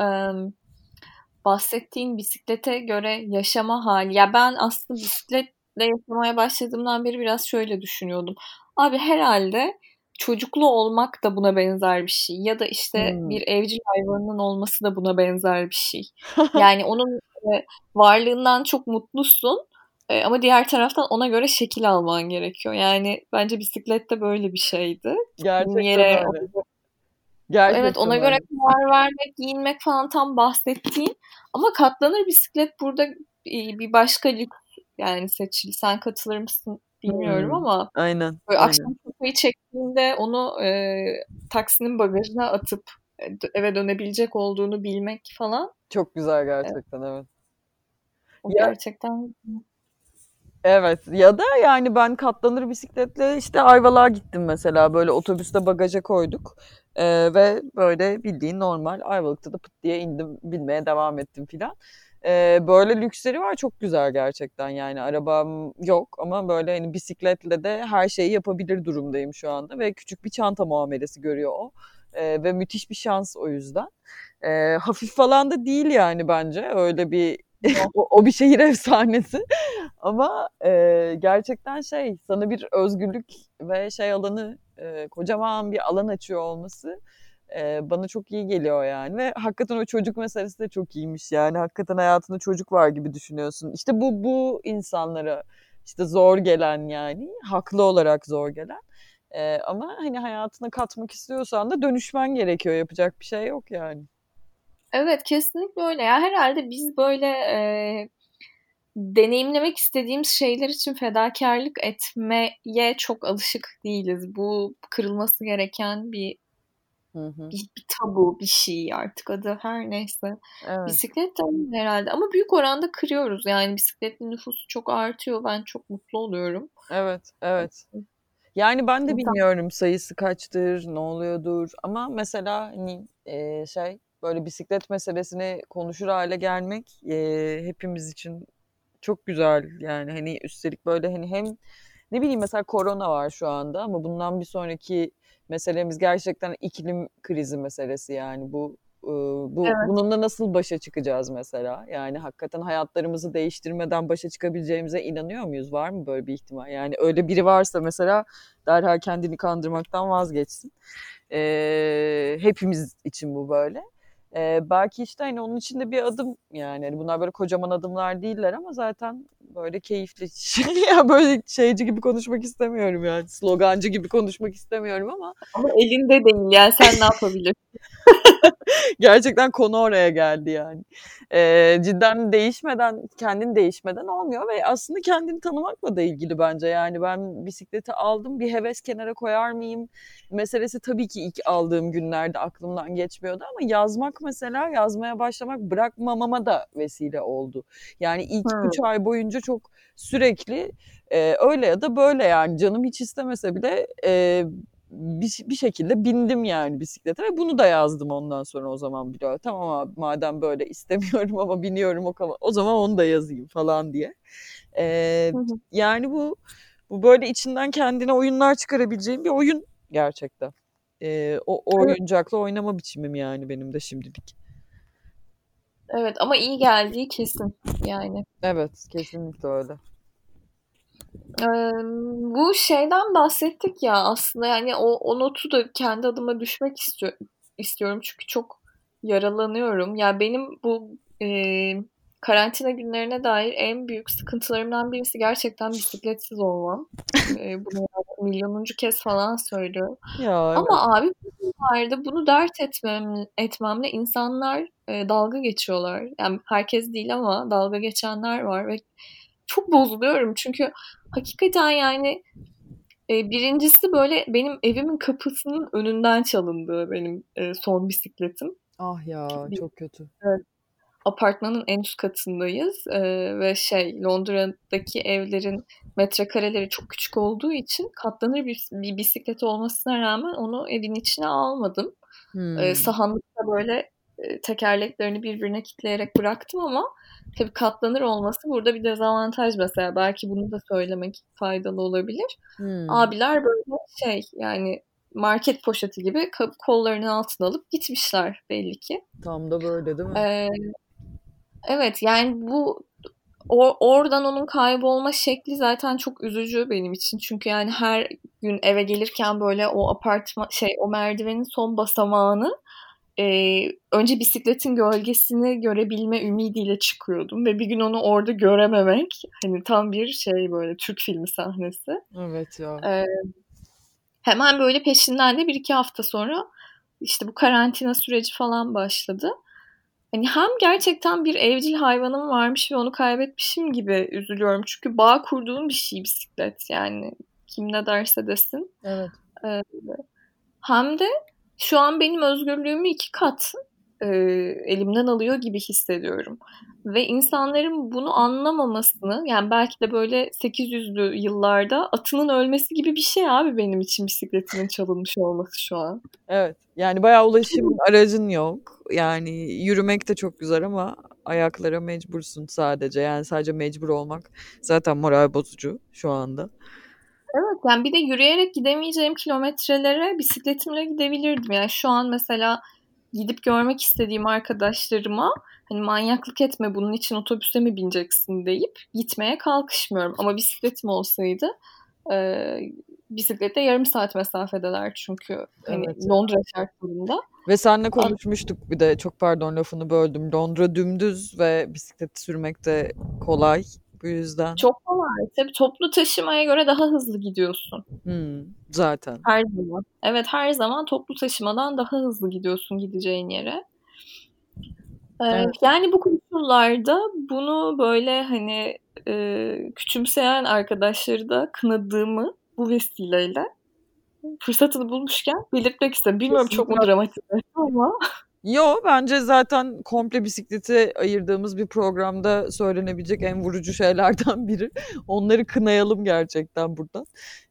Speaker 1: bahsettiğin bisiklete göre yaşama hali. Ya ben aslında bisikletle yaşamaya başladığımdan beri biraz şöyle düşünüyordum. Abi herhalde çocuklu olmak da buna benzer bir şey. Ya da işte
Speaker 2: Hmm.
Speaker 1: bir evcil hayvanının olması da buna benzer bir şey. Yani onun varlığından çok mutlusun. Ama diğer taraftan ona göre şekil alman gerekiyor. Yani bence bisiklet de böyle bir şeydi. Gittiğin
Speaker 2: Gerçekten
Speaker 1: yere
Speaker 2: öyle.
Speaker 1: evet,
Speaker 2: Gerçekten
Speaker 1: ona göre
Speaker 2: öyle.
Speaker 1: karar vermek, giyinmek falan tam bahsettiğin. Ama katlanır bisiklet burada bir başka lüks yani seçili. Sen katılır mısın bilmiyorum
Speaker 2: Hmm.
Speaker 1: ama
Speaker 2: Aynen,
Speaker 1: böyle
Speaker 2: aynen.
Speaker 1: akşam kafayı çektiğinde onu taksinin bagajına atıp eve dönebilecek olduğunu bilmek falan
Speaker 2: Çok güzel
Speaker 1: e,
Speaker 2: gerçekten evet.
Speaker 1: o
Speaker 2: Ya
Speaker 1: gerçekten.
Speaker 2: Evet, ya da yani ben katlanır bisikletle işte Ayvalık'a gittim mesela, böyle otobüste bagaja koyduk. Ve böyle bildiğin normal Ayvalık'ta da pıt diye indim, binmeye devam ettim filan. Böyle lüksleri var, çok güzel gerçekten. Yani arabam yok ama böyle hani bisikletle de her şeyi yapabilir durumdayım şu anda ve küçük bir çanta muamelesi görüyor o. Ve müthiş bir şans o yüzden. Hafif falan da değil yani, bence öyle bir o bir şehir efsanesi. Ama gerçekten şey, sana bir özgürlük ve şey alanı, kocaman bir alan açıyor olması bana çok iyi geliyor yani. Ve hakikaten o çocuk meselesi de çok iyiymiş yani. Hakikaten hayatında çocuk var gibi düşünüyorsun. İşte bu insanlara işte zor gelen, yani haklı olarak zor gelen. Ama hani hayatına katmak istiyorsan da dönüşmen gerekiyor. Yapacak bir şey yok yani.
Speaker 1: Evet, kesinlikle öyle ya. Herhalde biz böyle deneyimlemek istediğimiz şeyler için fedakarlık etmeye çok alışık değiliz. Bu kırılması gereken
Speaker 2: Hı hı.
Speaker 1: bir tabu, bir şey, artık adı her neyse.
Speaker 2: Evet,
Speaker 1: Bisiklet de öyle herhalde ama büyük oranda kırıyoruz. Yani bisikletli nüfusu çok artıyor. Ben çok mutlu oluyorum.
Speaker 2: evet, evet. Yani ben de
Speaker 1: İnsan
Speaker 2: bilmiyorum sayısı kaçtır, ne oluyordur, ama mesela hani şey, böyle bisiklet meselesini konuşur hale gelmek hepimiz için çok güzel. Yani hani üstelik böyle hani hem ne bileyim, mesela korona var şu anda ama bundan bir sonraki meselemiz gerçekten iklim krizi meselesi. Yani
Speaker 1: evet.
Speaker 2: bununla nasıl başa çıkacağız mesela? Yani hakikaten hayatlarımızı değiştirmeden başa çıkabileceğimize inanıyor muyuz? Var mı böyle bir ihtimal? Yani öyle biri varsa mesela derhal kendini kandırmaktan vazgeçsin. Hepimiz için bu böyle. Belki işte hani onun için de bir adım, yani hani bunlar böyle kocaman adımlar değiller ama zaten böyle keyifli. Ya böyle şeyci gibi konuşmak istemiyorum, yani slogancı gibi konuşmak istemiyorum ama
Speaker 1: Ama elinde değil, yani sen ne yapabilirsin?
Speaker 2: gerçekten konu oraya geldi yani. Cidden değişmeden, kendini değişmeden olmuyor ve aslında kendini tanımakla da ilgili bence. Yani ben bisikleti aldım, bir heves kenara koyar mıyım meselesi tabii ki ilk aldığım günlerde aklımdan geçmiyordu ama yazmak, mesela yazmaya başlamak bırakmamama da vesile oldu. Yani ilk
Speaker 1: Hıı.
Speaker 2: 3 ay boyunca çok sürekli öyle ya da böyle, yani canım hiç istemese bile bir şekilde bindim yani bisiklete ve bunu da yazdım ondan sonra o zaman bile. Tamam abi, madem böyle istemiyorum ama biniyorum, o zaman onu da yazayım falan diye. Ee,
Speaker 1: Hı hı.
Speaker 2: Yani bu böyle içinden kendine oyunlar çıkarabileceğim bir oyun gerçekten. O
Speaker 1: Evet,
Speaker 2: oyuncakla oynama biçimim yani benim de şimdilik.
Speaker 1: evet ama iyi geldiği kesin yani.
Speaker 2: Evet, kesinlikle öyle.
Speaker 1: Bu şeyden bahsettik ya, aslında yani o notu da kendi adıma düşmek istiyorum çünkü çok yaralanıyorum. Ya benim bu karantina günlerine dair en büyük sıkıntılarımdan birisi gerçekten bisikletsiz olmam. Bunu yani milyonuncu kez falan söylüyorum.
Speaker 2: Ya evet.
Speaker 1: Ama abi bugünlerde bunu dert etmemle insanlar dalga geçiyorlar. Yani herkes değil ama dalga geçenler var ve çok bozuluyorum çünkü hakikaten yani birincisi böyle benim evimin kapısının önünden çalındı benim son bisikletim.
Speaker 2: Ah ya,
Speaker 1: Bir
Speaker 2: çok kötü.
Speaker 1: apartmanın en üst katındayız ve Londra'daki evlerin metrekareleri çok küçük olduğu için katlanır bir bisiklet olmasına rağmen onu evin içine almadım.
Speaker 2: Hmm.
Speaker 1: Sahanlıkta böyle tekerleklerini birbirine kitleyerek bıraktım ama tabii katlanır olması burada bir dezavantaj mesela. Belki bunu da söylemek faydalı olabilir.
Speaker 2: Hmm.
Speaker 1: Abiler böyle şey yani market poşeti gibi kollarının altına alıp gitmişler belli ki.
Speaker 2: Tam da böyle değil mi?
Speaker 1: Ee, evet yani oradan onun kaybolma şekli zaten çok üzücü benim için. Çünkü yani her gün eve gelirken böyle o merdivenin son basamağını önce bisikletin gölgesini görebilme ümidiyle çıkıyordum ve bir gün onu orada görememek hani tam bir şey, böyle Türk filmi sahnesi.
Speaker 2: Evet ya.
Speaker 1: Eee, hemen böyle peşinden de bir iki hafta sonra işte bu karantina süreci falan başladı. Hani hem gerçekten bir evcil hayvanım varmış ve onu kaybetmişim gibi üzülüyorum. Çünkü bağ kurduğum bir şey bisiklet yani kim ne derse desin.
Speaker 2: Evet.
Speaker 1: Eee, hem de şu an benim özgürlüğümü iki kat. elimden alıyor gibi hissediyorum. Ve insanların bunu anlamamasını, yani belki de böyle 800'lü yıllarda atının ölmesi gibi bir şey abi benim için bisikletinin çalınmış olması şu an.
Speaker 2: Evet. Yani bayağı ulaşım aracın yok. Yani yürümek de çok güzel ama ayaklara mecbursun sadece. Yani sadece mecbur olmak zaten moral bozucu şu anda.
Speaker 1: Evet, yani bir de yürüyerek gidemeyeceğim kilometrelere bisikletimle gidebilirdim. Yani şu an mesela gidip görmek istediğim arkadaşlarıma hani manyaklık etme bunun için otobüse mi bineceksin deyip gitmeye kalkışmıyorum. Ama bisikletim olsaydı e, bisiklete yarım saat mesafedeler çünkü hani
Speaker 2: Evet.
Speaker 1: Londra şartlarında.
Speaker 2: Ve seninle konuşmuştuk bir de, çok pardon lafını böldüm. Londra dümdüz ve bisiklet sürmek de kolay. Bu yüzden.
Speaker 1: Çok kolay. Tabii toplu taşımaya göre daha hızlı gidiyorsun.
Speaker 2: Zaten.
Speaker 1: Her zaman. Evet, her zaman toplu taşımadan daha hızlı gidiyorsun gideceğin yere.
Speaker 2: Evet.
Speaker 1: Yani bu koşullarda bunu böyle hani küçümseyen arkadaşları da kınadığımı bu vesileyle fırsatını bulmuşken belirtmek istedim. Bilmiyorum çok mu
Speaker 2: Kesinlikle.
Speaker 1: dramatik ama.
Speaker 2: Yo, bence zaten komple bisiklete ayırdığımız bir programda söylenebilecek en vurucu şeylerden biri. Onları kınayalım gerçekten buradan.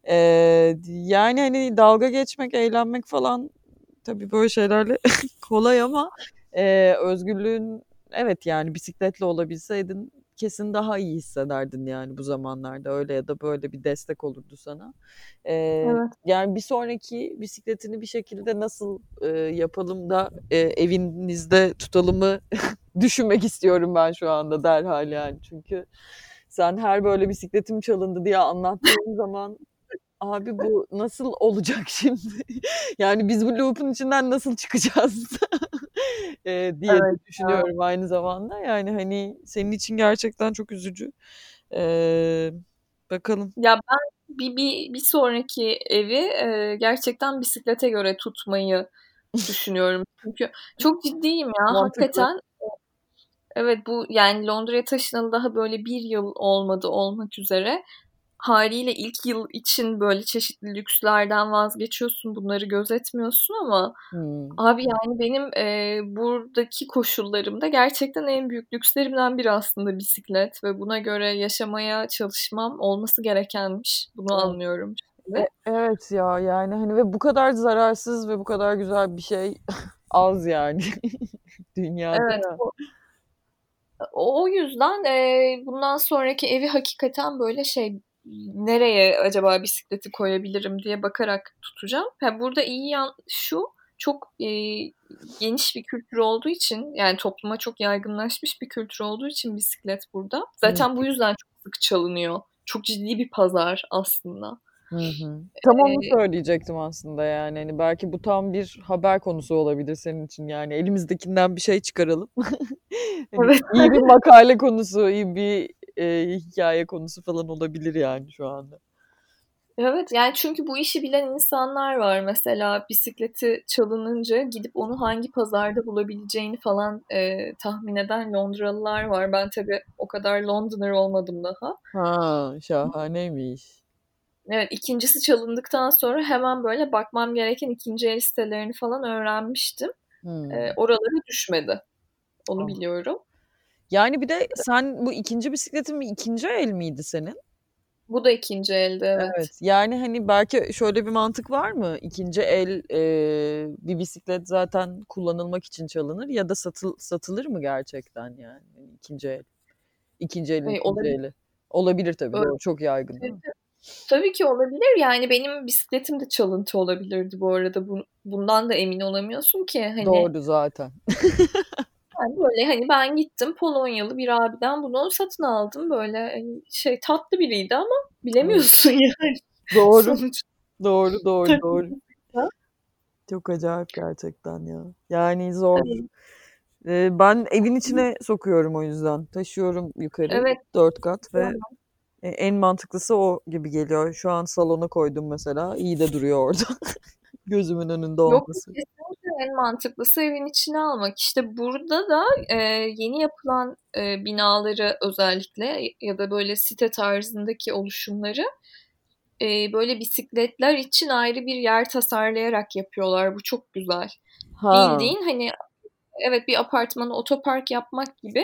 Speaker 2: Yani hani dalga geçmek, eğlenmek falan tabii böyle şeylerle kolay ama özgürlüğün, evet, yani bisikletle olabilseydin kesin daha iyi hissederdin yani bu zamanlarda, öyle ya da böyle bir destek olurdu sana.
Speaker 1: Evet.
Speaker 2: Yani bir sonraki bisikletini bir şekilde nasıl yapalım da evinizde tutalımı düşünmek istiyorum ben şu anda derhal yani. Çünkü sen her böyle bisikletim çalındı diye anlattığın zaman abi bu nasıl olacak şimdi? Yani biz bu loop'un içinden nasıl çıkacağız? Diye de
Speaker 1: Evet.
Speaker 2: düşünüyorum aynı zamanda. Yani hani senin için gerçekten çok üzücü. Eee, Bakalım.
Speaker 1: Ya ben bir sonraki evi gerçekten bisiklete göre tutmayı düşünüyorum. Çünkü çok ciddiyim ya
Speaker 2: Mantıklı.
Speaker 1: hakikaten. Evet, bu yani Londra'ya taşınalı daha böyle bir yıl olmadı olmak üzere. Haliyle ilk yıl için böyle çeşitli lükslerden vazgeçiyorsun, bunları gözetmiyorsun ama
Speaker 2: Hmm.
Speaker 1: abi yani benim buradaki koşullarımda gerçekten en büyük lükslerimden biri aslında bisiklet ve buna göre yaşamaya çalışmam olması gerekenmiş. Bunu
Speaker 2: Evet.
Speaker 1: anlıyorum şimdi.
Speaker 2: Evet ya, yani hani ve bu kadar zararsız ve bu kadar güzel bir şey az yani dünyada
Speaker 1: Evet,
Speaker 2: ya.
Speaker 1: o yüzden bundan sonraki evi hakikaten böyle şey nereye acaba bisikleti koyabilirim diye bakarak tutacağım. Ha, burada iyi yan şu çok geniş bir kültür olduğu için yani topluma çok yaygınlaşmış bir kültür olduğu için bisiklet burada.
Speaker 2: Hı
Speaker 1: Zaten bu yüzden çok sık çalınıyor. Çok ciddi bir pazar aslında.
Speaker 2: hı. Hı. Tam onu
Speaker 1: E,
Speaker 2: söyleyecektim aslında, yani hani belki bu tam bir haber konusu olabilir senin için, yani elimizdekinden bir şey çıkaralım. Hani
Speaker 1: evet.
Speaker 2: iyi bir makale konusu, iyi bir hikaye konusu falan olabilir yani şu anda.
Speaker 1: Evet, yani çünkü bu işi bilen insanlar var. Mesela bisikleti çalınınca gidip onu hangi pazarda bulabileceğini falan tahmin eden Londralılar var. Ben tabii o kadar Londoner olmadım daha.
Speaker 2: Ha, şahaneymiş.
Speaker 1: Evet, ikincisi çalındıktan sonra hemen böyle bakmam gereken ikinci el sitelerini falan öğrenmiştim.
Speaker 2: Hmm.
Speaker 1: Oralara düşmedi. Onu
Speaker 2: Ah.
Speaker 1: biliyorum.
Speaker 2: Yani bir de sen bu ikinci bisikletin mi, ikinci el miydi senin?
Speaker 1: Bu da ikinci elde, evet.
Speaker 2: Evet. Yani hani belki şöyle bir mantık var mı? İkinci el bir bisiklet zaten kullanılmak için çalınır ya da satılır mı gerçekten yani? Yani ikinci el. İkinci elin ikinci
Speaker 1: Olabilir.
Speaker 2: eli. Olabilir tabii,
Speaker 1: Öyle.
Speaker 2: doğru. Çok yaygın değil mi?
Speaker 1: Tabii ki olabilir. Yani benim bisikletim de çalıntı olabilirdi bu arada. Bundan da emin olamıyorsun ki. Hani
Speaker 2: Doğru zaten.
Speaker 1: yani böyle hani ben gittim Polonyalı bir abiden bunu satın aldım. Böyle hani şey tatlı biriydi ama
Speaker 2: Evet.
Speaker 1: bilemiyorsun yani
Speaker 2: Doğru.
Speaker 1: sonuç.
Speaker 2: Doğru, doğru, doğru.
Speaker 1: Takılırsa.
Speaker 2: Çok acayip gerçekten ya. Yani zor.
Speaker 1: Evet.
Speaker 2: Ben evin içine sokuyorum o yüzden. Taşıyorum yukarı
Speaker 1: Evet.
Speaker 2: 4 kat ve en mantıklısı o gibi geliyor. Şu an salona koydum mesela. İyi de duruyor orada. Gözümün önünde
Speaker 1: Yok,
Speaker 2: olması.
Speaker 1: kesinlikle en mantıklısı evin içine almak. İşte burada da yeni yapılan binaları özellikle ya da böyle site tarzındaki oluşumları böyle bisikletler için ayrı bir yer tasarlayarak yapıyorlar. Bu çok güzel.
Speaker 2: Ha.
Speaker 1: Bildiğin hani evet bir apartmanı otopark yapmak gibi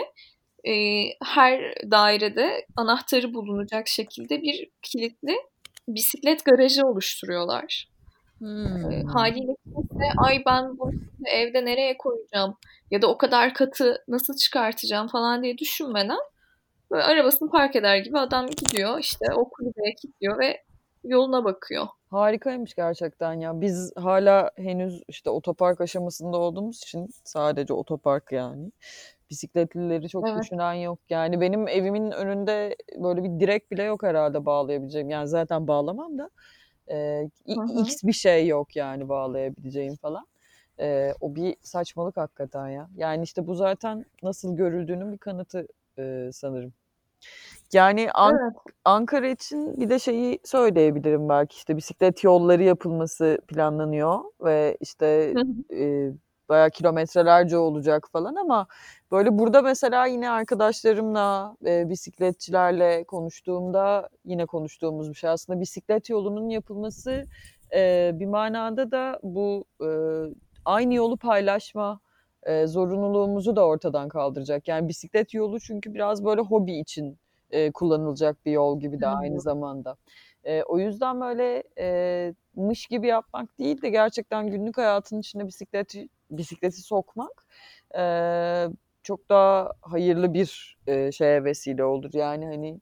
Speaker 1: her dairede anahtarı bulunacak şekilde bir kilitli bisiklet garajı oluşturuyorlar. Haliyle kimse ay ben bunu şimdi evde nereye koyacağım ya da o kadar katı nasıl çıkartacağım falan diye düşünmeden böyle arabasını park eder gibi adam gidiyor işte o kulübeye kilitliyor ve yoluna bakıyor.
Speaker 2: Harikaymış gerçekten ya. Biz hala henüz işte otopark aşamasında olduğumuz için sadece otopark yani. Bisikletlileri çok
Speaker 1: Evet.
Speaker 2: düşünen yok. Yani benim evimin önünde böyle bir direk bile yok herhalde bağlayabileceğim. Yani zaten bağlamam da
Speaker 1: Hı hı.
Speaker 2: X bir şey yok yani bağlayabileceğim falan. O bir saçmalık hakikaten ya. Yani işte bu zaten nasıl görüldüğünün bir kanıtı sanırım. Yani
Speaker 1: Evet.
Speaker 2: Ankara için bir de şeyi söyleyebilirim belki işte bisiklet yolları yapılması planlanıyor ve işte
Speaker 1: Hı hı.
Speaker 2: bayağı kilometrelerce olacak falan ama böyle burada mesela yine arkadaşlarımla bisikletçilerle konuştuğumda yine konuştuğumuz bir şey aslında bisiklet yolunun yapılması bir manada da bu aynı yolu paylaşma zorunluluğumuzu da ortadan kaldıracak. Yani bisiklet yolu çünkü biraz böyle hobi için kullanılacak bir yol gibi de aynı zamanda. O yüzden böyle mış gibi yapmak değil de gerçekten günlük hayatın içine bisikleti sokmak e, çok daha hayırlı bir şeye vesile olur. Yani hani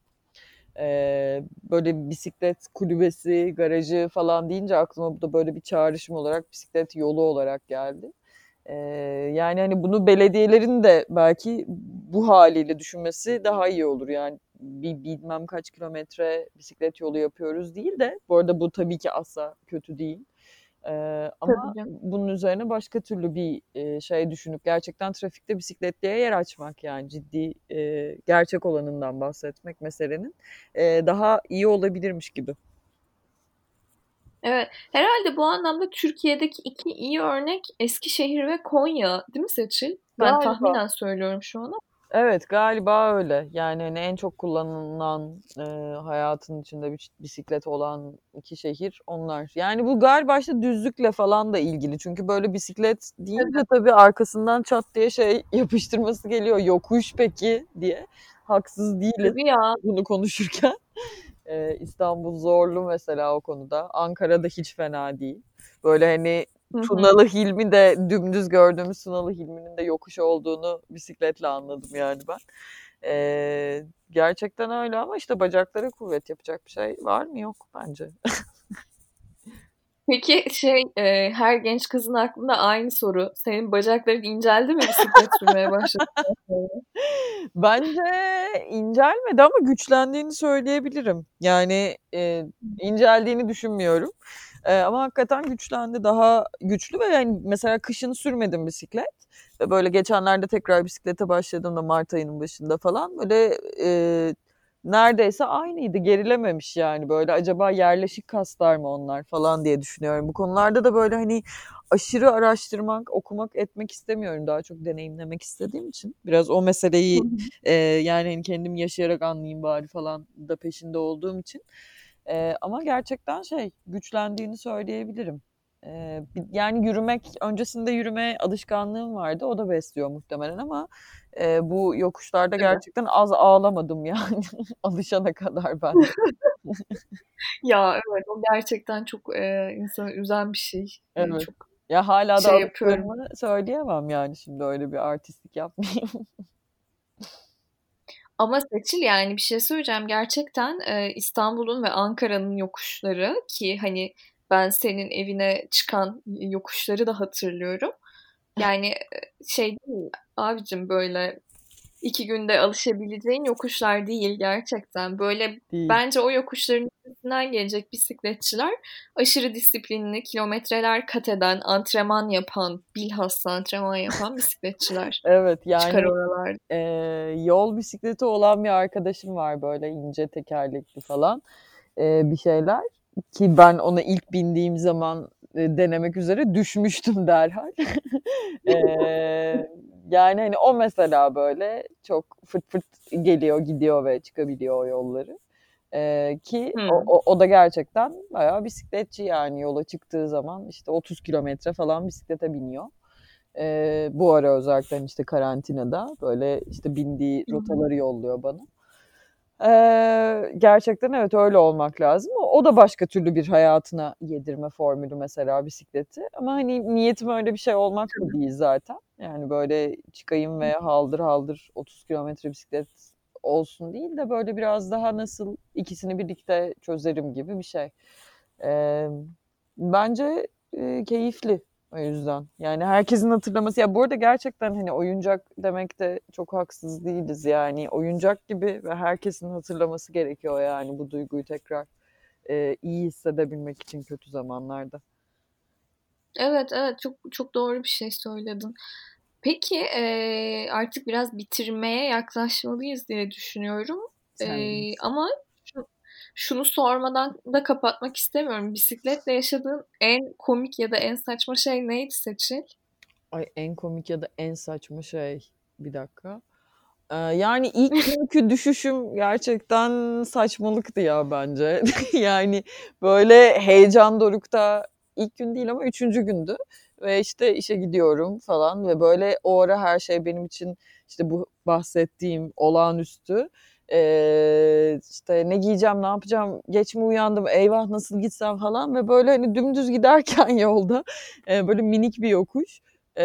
Speaker 2: böyle bisiklet kulübesi, garajı falan deyince aklıma bu da böyle bir çağrışım olarak bisiklet yolu olarak geldi. Ee, Yani hani bunu belediyelerin de belki bu haliyle düşünmesi daha iyi olur. Yani bir bilmem kaç kilometre bisiklet yolu yapıyoruz değil de bu arada bu tabii ki asla kötü değil.
Speaker 1: Tabii
Speaker 2: Ama
Speaker 1: canım.
Speaker 2: bunun üzerine başka türlü bir şey düşünüp gerçekten trafikte bisikletliye yer açmak yani ciddi gerçek olanından bahsetmek meselenin daha iyi olabilirmiş gibi.
Speaker 1: Evet. Herhalde bu anlamda Türkiye'deki iki iyi örnek Eskişehir ve Konya, değil mi Seçil? Ben
Speaker 2: Galiba.
Speaker 1: tahminen söylüyorum şu an.
Speaker 2: Evet galiba öyle. Yani hani en çok kullanılan hayatın içinde bir bisiklet olan iki şehir onlar. Yani bu galiba işte düzlükle falan da ilgili. Çünkü böyle bisiklet deyince
Speaker 1: Tabii,
Speaker 2: tabii arkasından çat diye şey yapıştırması geliyor. Yokuş peki diye. Haksız değiliz
Speaker 1: tabii ya.
Speaker 2: bunu konuşurken. İstanbul zorlu mesela o konuda. Ankara'da hiç fena değil. Böyle hani
Speaker 1: Hı hı.
Speaker 2: Tunalı Hilmi de dümdüz gördüğümüz Tunalı Hilmi'nin de yokuş olduğunu bisikletle anladım yani ben. Gerçekten öyle ama işte bacaklara kuvvet yapacak bir şey var mı? Yok bence.
Speaker 1: Peki her genç kızın aklında aynı soru. Senin bacakların inceldi mi bisiklet sürmeye başladın sonra?
Speaker 2: Bence incelmedi ama güçlendiğini söyleyebilirim. Yani inceldiğini düşünmüyorum. Ama hakikaten güçlendi. Daha güçlü ve yani mesela kışın sürmedim bisiklet. Ve böyle geçenlerde tekrar bisiklete başladığımda Mart ayının başında falan böyle neredeyse aynıydı. Gerilememiş yani böyle acaba yerleşik kaslar mı onlar falan diye düşünüyorum. Bu konularda da böyle hani aşırı araştırmak, okumak, etmek istemiyorum. Daha çok deneyimlemek istediğim için. Biraz o
Speaker 1: Hı
Speaker 2: meseleyi
Speaker 1: hı.
Speaker 2: yani hani kendim yaşayarak anlayayım bari falan da peşinde olduğum için. Ama gerçekten şey güçlendiğini söyleyebilirim. Yani yürümek, öncesinde yürüme alışkanlığım vardı. O da besliyor muhtemelen ama bu yokuşlarda
Speaker 1: Tabii.
Speaker 2: gerçekten az ağlamadım yani alışana kadar ben de.
Speaker 1: Ya evet o gerçekten çok insanı üzen bir şey.
Speaker 2: Evet.
Speaker 1: Çok
Speaker 2: Ya hala da
Speaker 1: şey yapıyorum.
Speaker 2: alıştığımı söyleyemem yani şimdi öyle bir artistlik yapmayayım.
Speaker 1: Ama Seçil yani bir şey söyleyeceğim. Gerçekten İstanbul'un ve Ankara'nın yokuşları ki hani ben senin evine çıkan yokuşları da hatırlıyorum. Yani şey değil abicim böyle 2 günde alışabileceğin yokuşlar değil gerçekten. Böyle
Speaker 2: Değil.
Speaker 1: bence o yokuşların üstesinden gelecek bisikletçiler aşırı disiplinli, kilometreler kat eden, antrenman yapan, bilhassa antrenman yapan bisikletçiler
Speaker 2: Evet
Speaker 1: çıkar
Speaker 2: yani
Speaker 1: oralarda.
Speaker 2: yol bisikleti olan bir arkadaşım var böyle ince tekerlekli falan bir şeyler ki ben ona ilk bindiğim zaman denemek üzere düşmüştüm derhal. Yani hani o mesela böyle çok fırt fırt geliyor gidiyor ve çıkabiliyor o yolları. Ki
Speaker 1: Hmm.
Speaker 2: o da gerçekten bayağı bisikletçi yani yola çıktığı zaman işte 30 kilometre falan bisiklete biniyor. Bu ara özellikle hani işte karantinada böyle işte bindiği rotaları yolluyor bana. Gerçekten evet öyle olmak lazım. O da başka türlü bir hayatına yedirme formülü mesela bisikleti. Ama hani niyetim öyle bir şey olmak da değil zaten. Yani böyle çıkayım ve haldır haldır 30 kilometre bisiklet olsun değil de böyle biraz daha nasıl ikisini birlikte çözerim gibi bir şey. Ee, Bence keyifli o yüzden. Yani herkesin hatırlaması. Ya bu arada gerçekten hani oyuncak demek de çok haksız değiliz yani. Oyuncak gibi ve herkesin hatırlaması gerekiyor yani bu duyguyu tekrar iyi hissedebilmek için kötü zamanlarda.
Speaker 1: Evet, evet, çok çok doğru bir şey söyledin. Peki artık biraz bitirmeye yaklaşmalıyız diye düşünüyorum.
Speaker 2: Sen
Speaker 1: Ama şu- şunu sormadan da kapatmak istemiyorum. Bisikletle yaşadığın en komik ya da en saçma şey neydi Seçil?
Speaker 2: Ay en komik ya da en saçma şey. Bir dakika. Yani ilk günkü düşüşüm gerçekten saçmalıktı ya bence. Yani böyle heyecan dorukta ilk gün değil ama üçüncü gündü. Ve işte işe gidiyorum falan ve böyle o ara her şey benim için işte bu bahsettiğim olağanüstü. İşte ne giyeceğim, ne yapacağım, geç mi uyandım, eyvah nasıl gitsem falan ve böyle hani dümdüz giderken yolda böyle minik bir yokuş.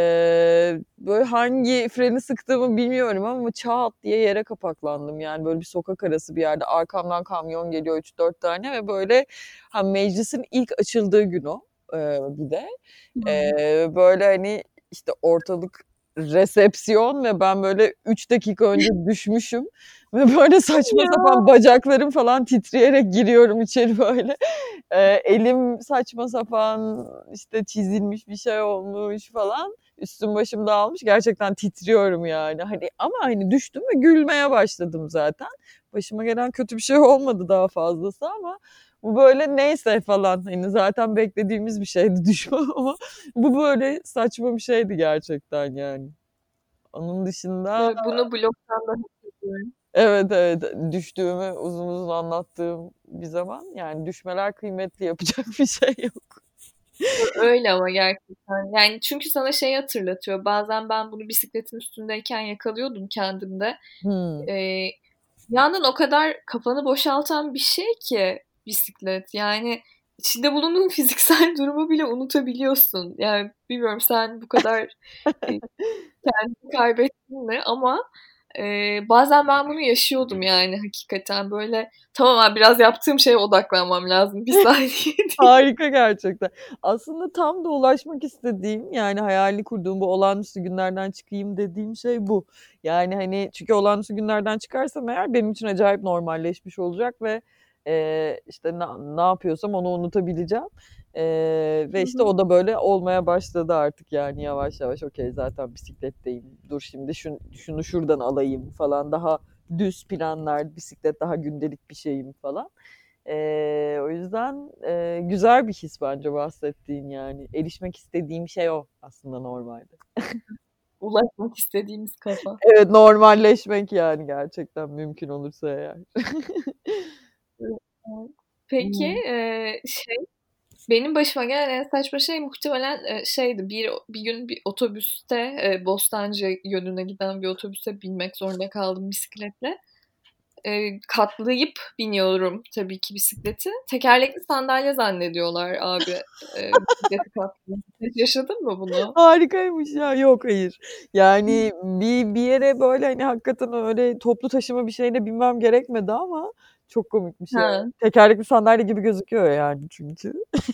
Speaker 2: Böyle hangi freni sıktığımı bilmiyorum ama çat diye yere kapaklandım. Yani böyle bir sokak arası bir yerde arkamdan kamyon geliyor 3-4 tane ve böyle ha, meclisin ilk açıldığı gün o bir de.
Speaker 1: Hmm.
Speaker 2: Böyle hani işte ortalık resepsiyon ve ben böyle 3 dakika önce düşmüşüm ve böyle saçma
Speaker 1: Ya.
Speaker 2: sapan bacaklarım falan titreyerek giriyorum içeri böyle. Elim saçma sapan işte çizilmiş bir şey olmuş falan. Üstüm başım dağılmış. Gerçekten titriyorum yani. Hani ama hani düştüm ve gülmeye başladım zaten. Başıma gelen kötü bir şey olmadı daha fazlası ama bu böyle neyse falan. Hani zaten beklediğimiz bir şeydi düşme ama bu böyle saçma bir şeydi gerçekten yani. Onun dışında
Speaker 1: Bunu blogdan da hissediyorum.
Speaker 2: evet evet düştüğümü uzun uzun anlattığım bir zaman yani düşmeler kıymetli yapacak bir şey yok.
Speaker 1: Öyle ama gerçekten. Yani çünkü sana şey hatırlatıyor. Bazen ben bunu bisikletin üstündeyken yakalıyordum kendimde.
Speaker 2: Hmm.
Speaker 1: Ee, Bir yandan o kadar kafanı boşaltan bir şey ki bisiklet. Yani içinde bulunduğun fiziksel durumu bile unutabiliyorsun. Yani bilmiyorum sen bu kadar e, kendini kaybettin mi ama bazen ben bunu yaşıyordum yani hakikaten. Böyle tamam abi biraz yaptığım şeye odaklanmam lazım. Bir saniye diye.
Speaker 2: Harika gerçekten. Aslında tam da ulaşmak istediğim yani hayalini kurduğum bu olağanüstü günlerden çıkayım dediğim şey bu. Yani hani çünkü olağanüstü günlerden çıkarsam eğer benim için acayip normalleşmiş olacak ve işte ne yapıyorsam onu unutabileceğim. Ve
Speaker 1: Hı
Speaker 2: işte
Speaker 1: hı.
Speaker 2: o da böyle olmaya başladı artık yani yavaş yavaş okey zaten bisikletteyim. Dur şimdi şunu şuradan alayım falan daha düz planlar bisiklet daha gündelik bir şeyim falan. O yüzden güzel bir his bence bahsettiğin yani. Erişmek istediğim şey o aslında normalde.
Speaker 1: Ulaşmak istediğimiz kafa.
Speaker 2: Evet normalleşmek yani gerçekten mümkün olursa eğer.
Speaker 1: Evet. Peki
Speaker 2: Hmm.
Speaker 1: benim başıma gelen en saçma şey muhtemelen şeydi. Bir gün bir otobüste Bostancı yönüne giden bir otobüse binmek zorunda kaldım bisikletle. Katlayıp biniyorum tabii ki bisikleti. Tekerlekli sandalye zannediyorlar abi. Bisikleti katlayıp. Hiç yaşadın mı bunu?
Speaker 2: Harikaymış ya. Yok hayır. Yani bir yere böyle hani hakikaten öyle toplu taşıma bir şeyine binmem gerekmedi ama çok komikmiş ya.
Speaker 1: Ha.
Speaker 2: Tekerlekli sandalye gibi gözüküyor yani çünkü.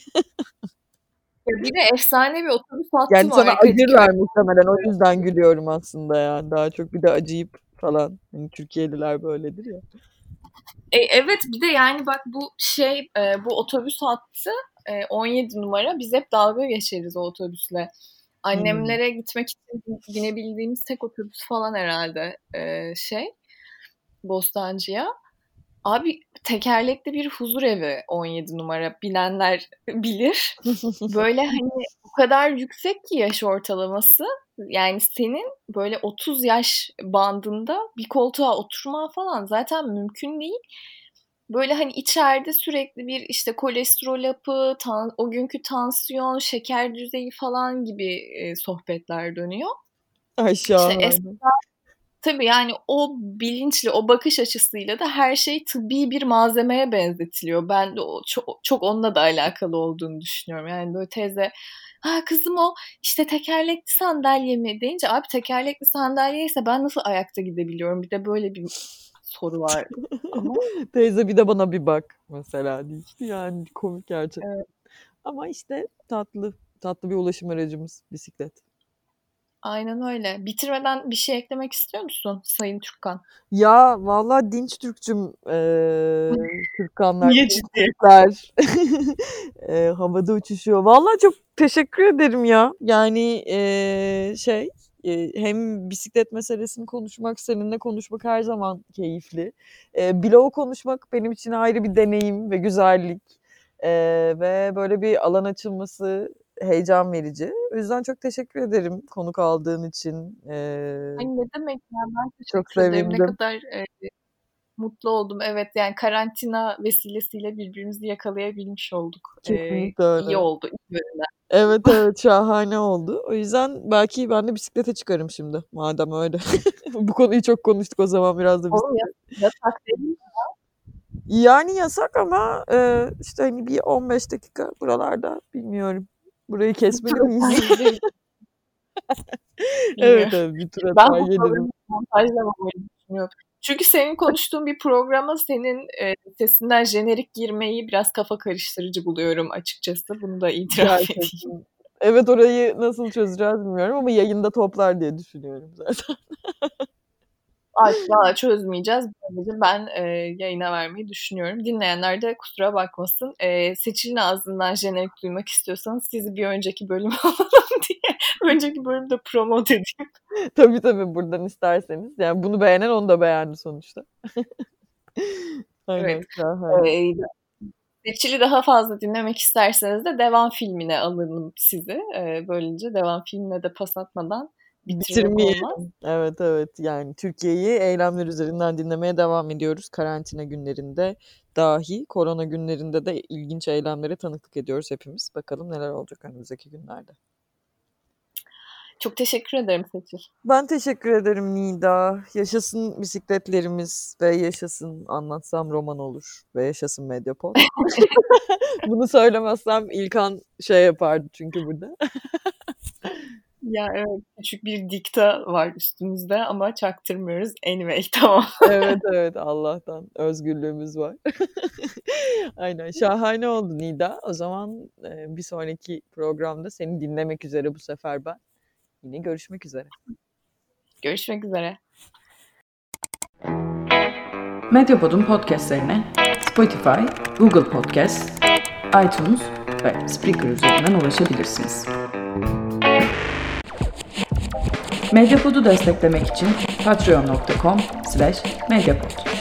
Speaker 1: Ya bir de efsane bir otobüs hattı
Speaker 2: Yani sana
Speaker 1: var Kadıköy.
Speaker 2: acırlar muhtemelen. O yüzden gülüyorum aslında yani. Daha çok bir de acıyıp falan. Hani Türkiye'liler böyledir ya.
Speaker 1: Evet bir de yani bak bu otobüs hattı 17 numara. Biz hep dalga geçeriz o otobüsle.
Speaker 2: Hmm.
Speaker 1: Annemlere gitmek için binebildiğimiz tek otobüs falan herhalde Bostancı'ya. Abi tekerlekli bir huzur evi 17 numara bilenler bilir. Böyle hani o kadar yüksek ki yaş ortalaması. Yani senin böyle 30 yaş bandında bir koltuğa oturman falan zaten mümkün değil. böyle hani içeride sürekli bir işte kolesterol hapı, o günkü tansiyon, şeker düzeyi falan gibi sohbetler dönüyor.
Speaker 2: Aşağı.
Speaker 1: İşte tabii yani o bilinçli, o bakış açısıyla da her şey tıbbi bir malzemeye benzetiliyor. Ben de çok onunla da alakalı olduğunu düşünüyorum. Yani böyle teyze, ha kızım o işte tekerlekli sandalye mi deyince, abi tekerlekli sandalye ise ben nasıl ayakta gidebiliyorum? Bir de böyle bir soru var. Ama
Speaker 2: Teyze bir de bana bir bak mesela diye. Yani komik gerçekten.
Speaker 1: evet.
Speaker 2: Ama işte tatlı bir ulaşım aracımız bisiklet.
Speaker 1: Aynen öyle. Bitirmeden bir şey eklemek istiyor musun Sayın Türkkan?
Speaker 2: Ya vallahi dinç Türkçüm, Türkkanlar,
Speaker 1: Niye
Speaker 2: dinç
Speaker 1: ciddi?
Speaker 2: Türkler havada uçuşuyor. Vallahi çok teşekkür ederim ya. Yani hem bisiklet meselesini konuşmak, seninle konuşmak her zaman keyifli. Bloğu konuşmak benim için ayrı bir deneyim ve güzellik. Ve böyle bir alan açılması heyecan verici. O yüzden çok teşekkür ederim konuk aldığın için.
Speaker 1: Ay ne demek ya, ben
Speaker 2: Çok
Speaker 1: teşekkür ederim. Ne
Speaker 2: sevindim.
Speaker 1: kadar mutlu oldum. Evet yani karantina vesilesiyle birbirimizi yakalayabilmiş olduk.
Speaker 2: Kesinlikle
Speaker 1: İyi
Speaker 2: öyle.
Speaker 1: oldu. İyi bölümler.
Speaker 2: Evet şahane oldu. O yüzden belki ben de bisiklete çıkarım şimdi madem öyle. Bu konuyu çok konuştuk, o zaman biraz da
Speaker 1: Oğlum
Speaker 2: bisiklet.
Speaker 1: yasak değil mi?
Speaker 2: Yani yasak ama işte hani bir 15 dakika buralarda, bilmiyorum. Burayı kesmeli miyiz? Evet
Speaker 1: Bilmiyorum.
Speaker 2: bir tur
Speaker 1: Ben
Speaker 2: atar
Speaker 1: bu
Speaker 2: gelirim.
Speaker 1: programı montajlamamayı düşünüyorum. Çünkü senin konuştuğun bir programa senin sesinden jenerik girmeyi biraz kafa karıştırıcı buluyorum açıkçası. Bunu da itiraf edeyim.
Speaker 2: Gerçekten. Evet, orayı nasıl çözeceğiz bilmiyorum ama yayında toplar diye düşünüyorum zaten.
Speaker 1: Asla çözmeyeceğiz. Böylece ben yayına vermeyi düşünüyorum. Dinleyenler de kusura bakmasın. Seçil'in ağzından jenerik duymak istiyorsanız sizi bir önceki bölüme alalım diye. Önceki bölümde promote edeyim.
Speaker 2: Tabii buradan isterseniz. Yani bunu beğenen onu da beğendi sonuçta. Aynen.
Speaker 1: Evet.
Speaker 2: Şahane.
Speaker 1: Seçil'i daha fazla dinlemek isterseniz de devam filmine alalım sizi. Böylece devam filmine de pas atmadan bitirmek olmaz.
Speaker 2: Bitirmeyelim. Evet yani Türkiye'yi eylemler üzerinden dinlemeye devam ediyoruz. Karantina günlerinde dahi, korona günlerinde de ilginç eylemlere tanıklık ediyoruz hepimiz. Bakalım neler olacak önümüzdeki günlerde.
Speaker 1: Çok teşekkür ederim Seçil.
Speaker 2: Ben teşekkür ederim Nida. Yaşasın bisikletlerimiz ve yaşasın Anlatsam Roman Olur ve yaşasın Mediapod. Bunu söylemezsem İlkan şey yapardı çünkü burada.
Speaker 1: Ya evet, küçük bir dikta var üstümüzde ama çaktırmıyoruz. Anyway, tamam.
Speaker 2: Evet Allah'tan özgürlüğümüz var. Aynen, şahane oldu Nida. O zaman bir sonraki programda seni dinlemek üzere bu sefer ben. Yine görüşmek üzere.
Speaker 1: Görüşmek üzere.
Speaker 3: Mediapod'un podcastlerine Spotify, Google Podcast, iTunes ve Spreaker üzerinden ulaşabilirsiniz. Mediapod'u desteklemek için patreon.com/mediapod.